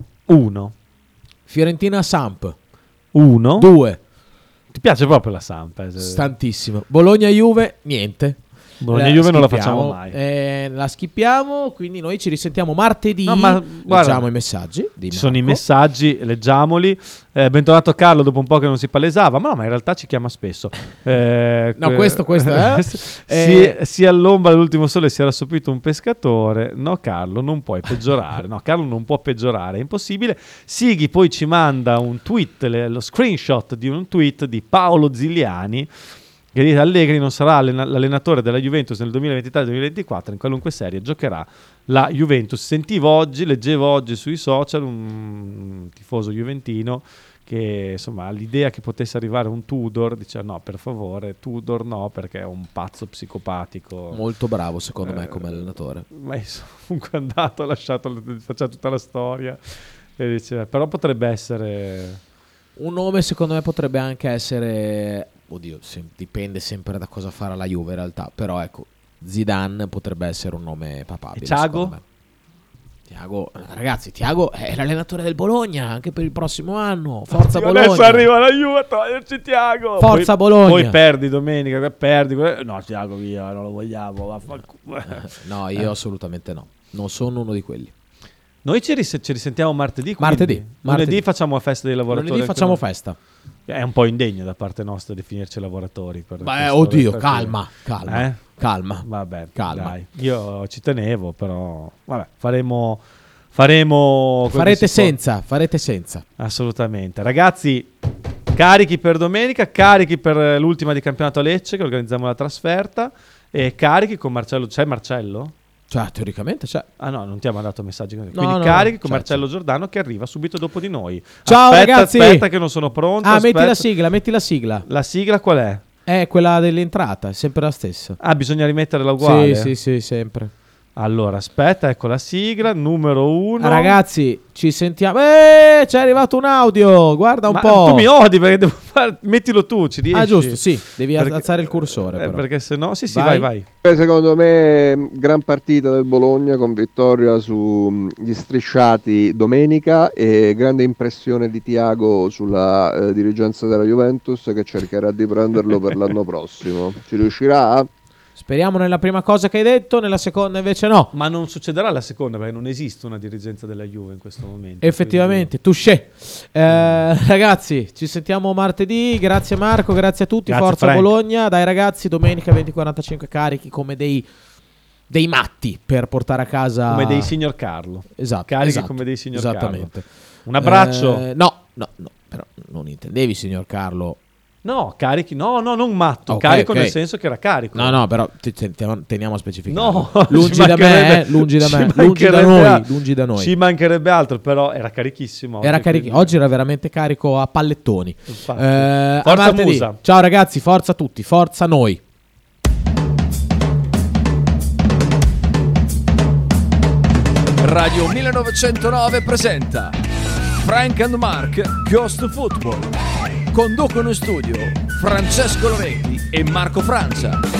uno.
Fiorentina-Samp.
uno.
due.
Ti piace proprio la Samp? eh?
Tantissimo. Bologna-Juve, niente.
Bologna-Juve non la
schippiamo.
facciamo mai.
Eh, la schippiamo, quindi noi ci risentiamo martedì.
No, ma guarda,
Leggiamo i messaggi. di
Ci sono i
Marco.
messaggi, leggiamoli. Eh, bentornato Carlo dopo un po' che non si palesava, ma no, ma in realtà ci chiama spesso. Eh,
No, questo- questo è.
si,
Eh.
si all'ombra dell'ultimo sole si era assopito un pescatore. No, Carlo, non puoi peggiorare. No, Carlo non può peggiorare, è impossibile. Sighi poi ci manda un tweet, le- lo screenshot di un tweet di Paolo Ziliani che dice Allegri non sarà allena- l'allenatore della Juventus nel duemilaventitré duemilaventiquattro, in qualunque serie giocherà la Juventus. Sentivo oggi, leggevo oggi sui social un tifoso juventino che insomma ha l'idea che potesse arrivare un Tudor, dice no, per favore, Tudor no, perché è un pazzo psicopatico.
Molto bravo, secondo me,
Eh,
come allenatore.
Ma insomma, comunque è andato, ha lasciato faceva tutta la storia e dice, però potrebbe essere
Un nome, secondo me, potrebbe anche essere. Oddio, se- dipende sempre da cosa farà la Juve in realtà. Però ecco, Zidane potrebbe essere un nome papabile.
E Thiago?
secondo me. Thiago, eh, ragazzi, Thiago è l'allenatore del Bologna anche per il prossimo anno. Forza Bologna.
Adesso arriva la Juve a toglierci Thiago.
Forza
poi,
Bologna.
Poi perdi domenica, perdi. No, Thiago via, non lo vogliamo. Vaffanculo.
Eh, No, io assolutamente no. Non sono uno di quelli.
Noi ci, ris- ci risentiamo martedì. quindi
Martedì,
Lunedì
martedì.
facciamo la festa dei lavoratori.
Lunedì
anche
facciamo
noi.
festa.
È un po' indegno da parte nostra definirci lavoratori. Per
Beh,
questo-
oddio,
perché-
calma, calma,
Eh?
calma.
Vabbè,
Calma.
dai. Io ci tenevo, però vabbè, faremo faremo quel
Farete
che si può.
senza, farete senza.
Assolutamente. Ragazzi, carichi per domenica, carichi per l'ultima di campionato a Lecce che organizziamo la trasferta e carichi con Marcello. C'è Marcello?
Cioè, teoricamente c'è.
Ah no, non ti ha mandato messaggi così.
No,
Quindi
no,
carichi con
c'è,
Marcello Giordano che arriva subito dopo di noi.
Ciao,
aspetta,
ragazzi!
Aspetta che non sono pronto.
Ah,
aspetta.
metti la sigla, metti la sigla.
La sigla qual è?
È quella dell'entrata, è sempre la stessa.
Ah, bisogna rimetterla uguale?
Sì, sì, sì, sempre.
Allora, aspetta, ecco la sigla, numero uno.
Ah, ragazzi, ci sentiamo. Eh, c'è arrivato un audio. Guarda un
Ma
po'.
tu mi odi perché devo fare... Mettilo tu, ci riesci?
Ah, giusto, sì. Devi
Perché-
alzare il cursore.
Eh,
però.
perché se no... Sì, sì,
Vai.
vai, vai.
Secondo me gran partita del Bologna con vittoria sugli strisciati domenica e grande impressione di Thiago sulla eh, dirigenza della Juventus che cercherà di prenderlo per l'anno prossimo. Ci riuscirà?
Speriamo nella prima cosa che hai detto, nella seconda invece no.
Ma non succederà la seconda perché non esiste una dirigenza della Juve in questo momento.
Effettivamente, touché. Eh, ragazzi, ci sentiamo martedì. Grazie Marco, grazie a tutti.
Grazie,
Forza
Frank.
Bologna. Dai ragazzi, domenica venti e quarantacinque carichi come dei, dei matti per portare a casa.
Come dei signor Carlo.
Esatto.
Carichi
esatto,
come dei signor
esattamente.
Carlo. Un abbraccio.
Eh, no, no, no, però non intendevi signor Carlo.
No, carichi, no, no, non matto.
Ok,
carico
ok.
nel senso che era carico.
No, no, però ti- ti- teniamo teniamo a specificare.
No,
lungi
ci
da me,
mancherebbe-
eh, lungi da
ci
me, lungi da
mancherebbe
noi,
al-
lungi da noi.
Ci mancherebbe altro, però era carichissimo.
Era
oggi,
carichi-
quindi-
Oggi era veramente carico a pallettoni.
Infatti.
Eh, a
Forza
martedì.
Musa.
Ciao ragazzi, forza a tutti, forza noi.
Radio millenovecentonove presenta Frank and Mark Ghost Football. Conducono in studio Francesco Loretti e Marco Francia.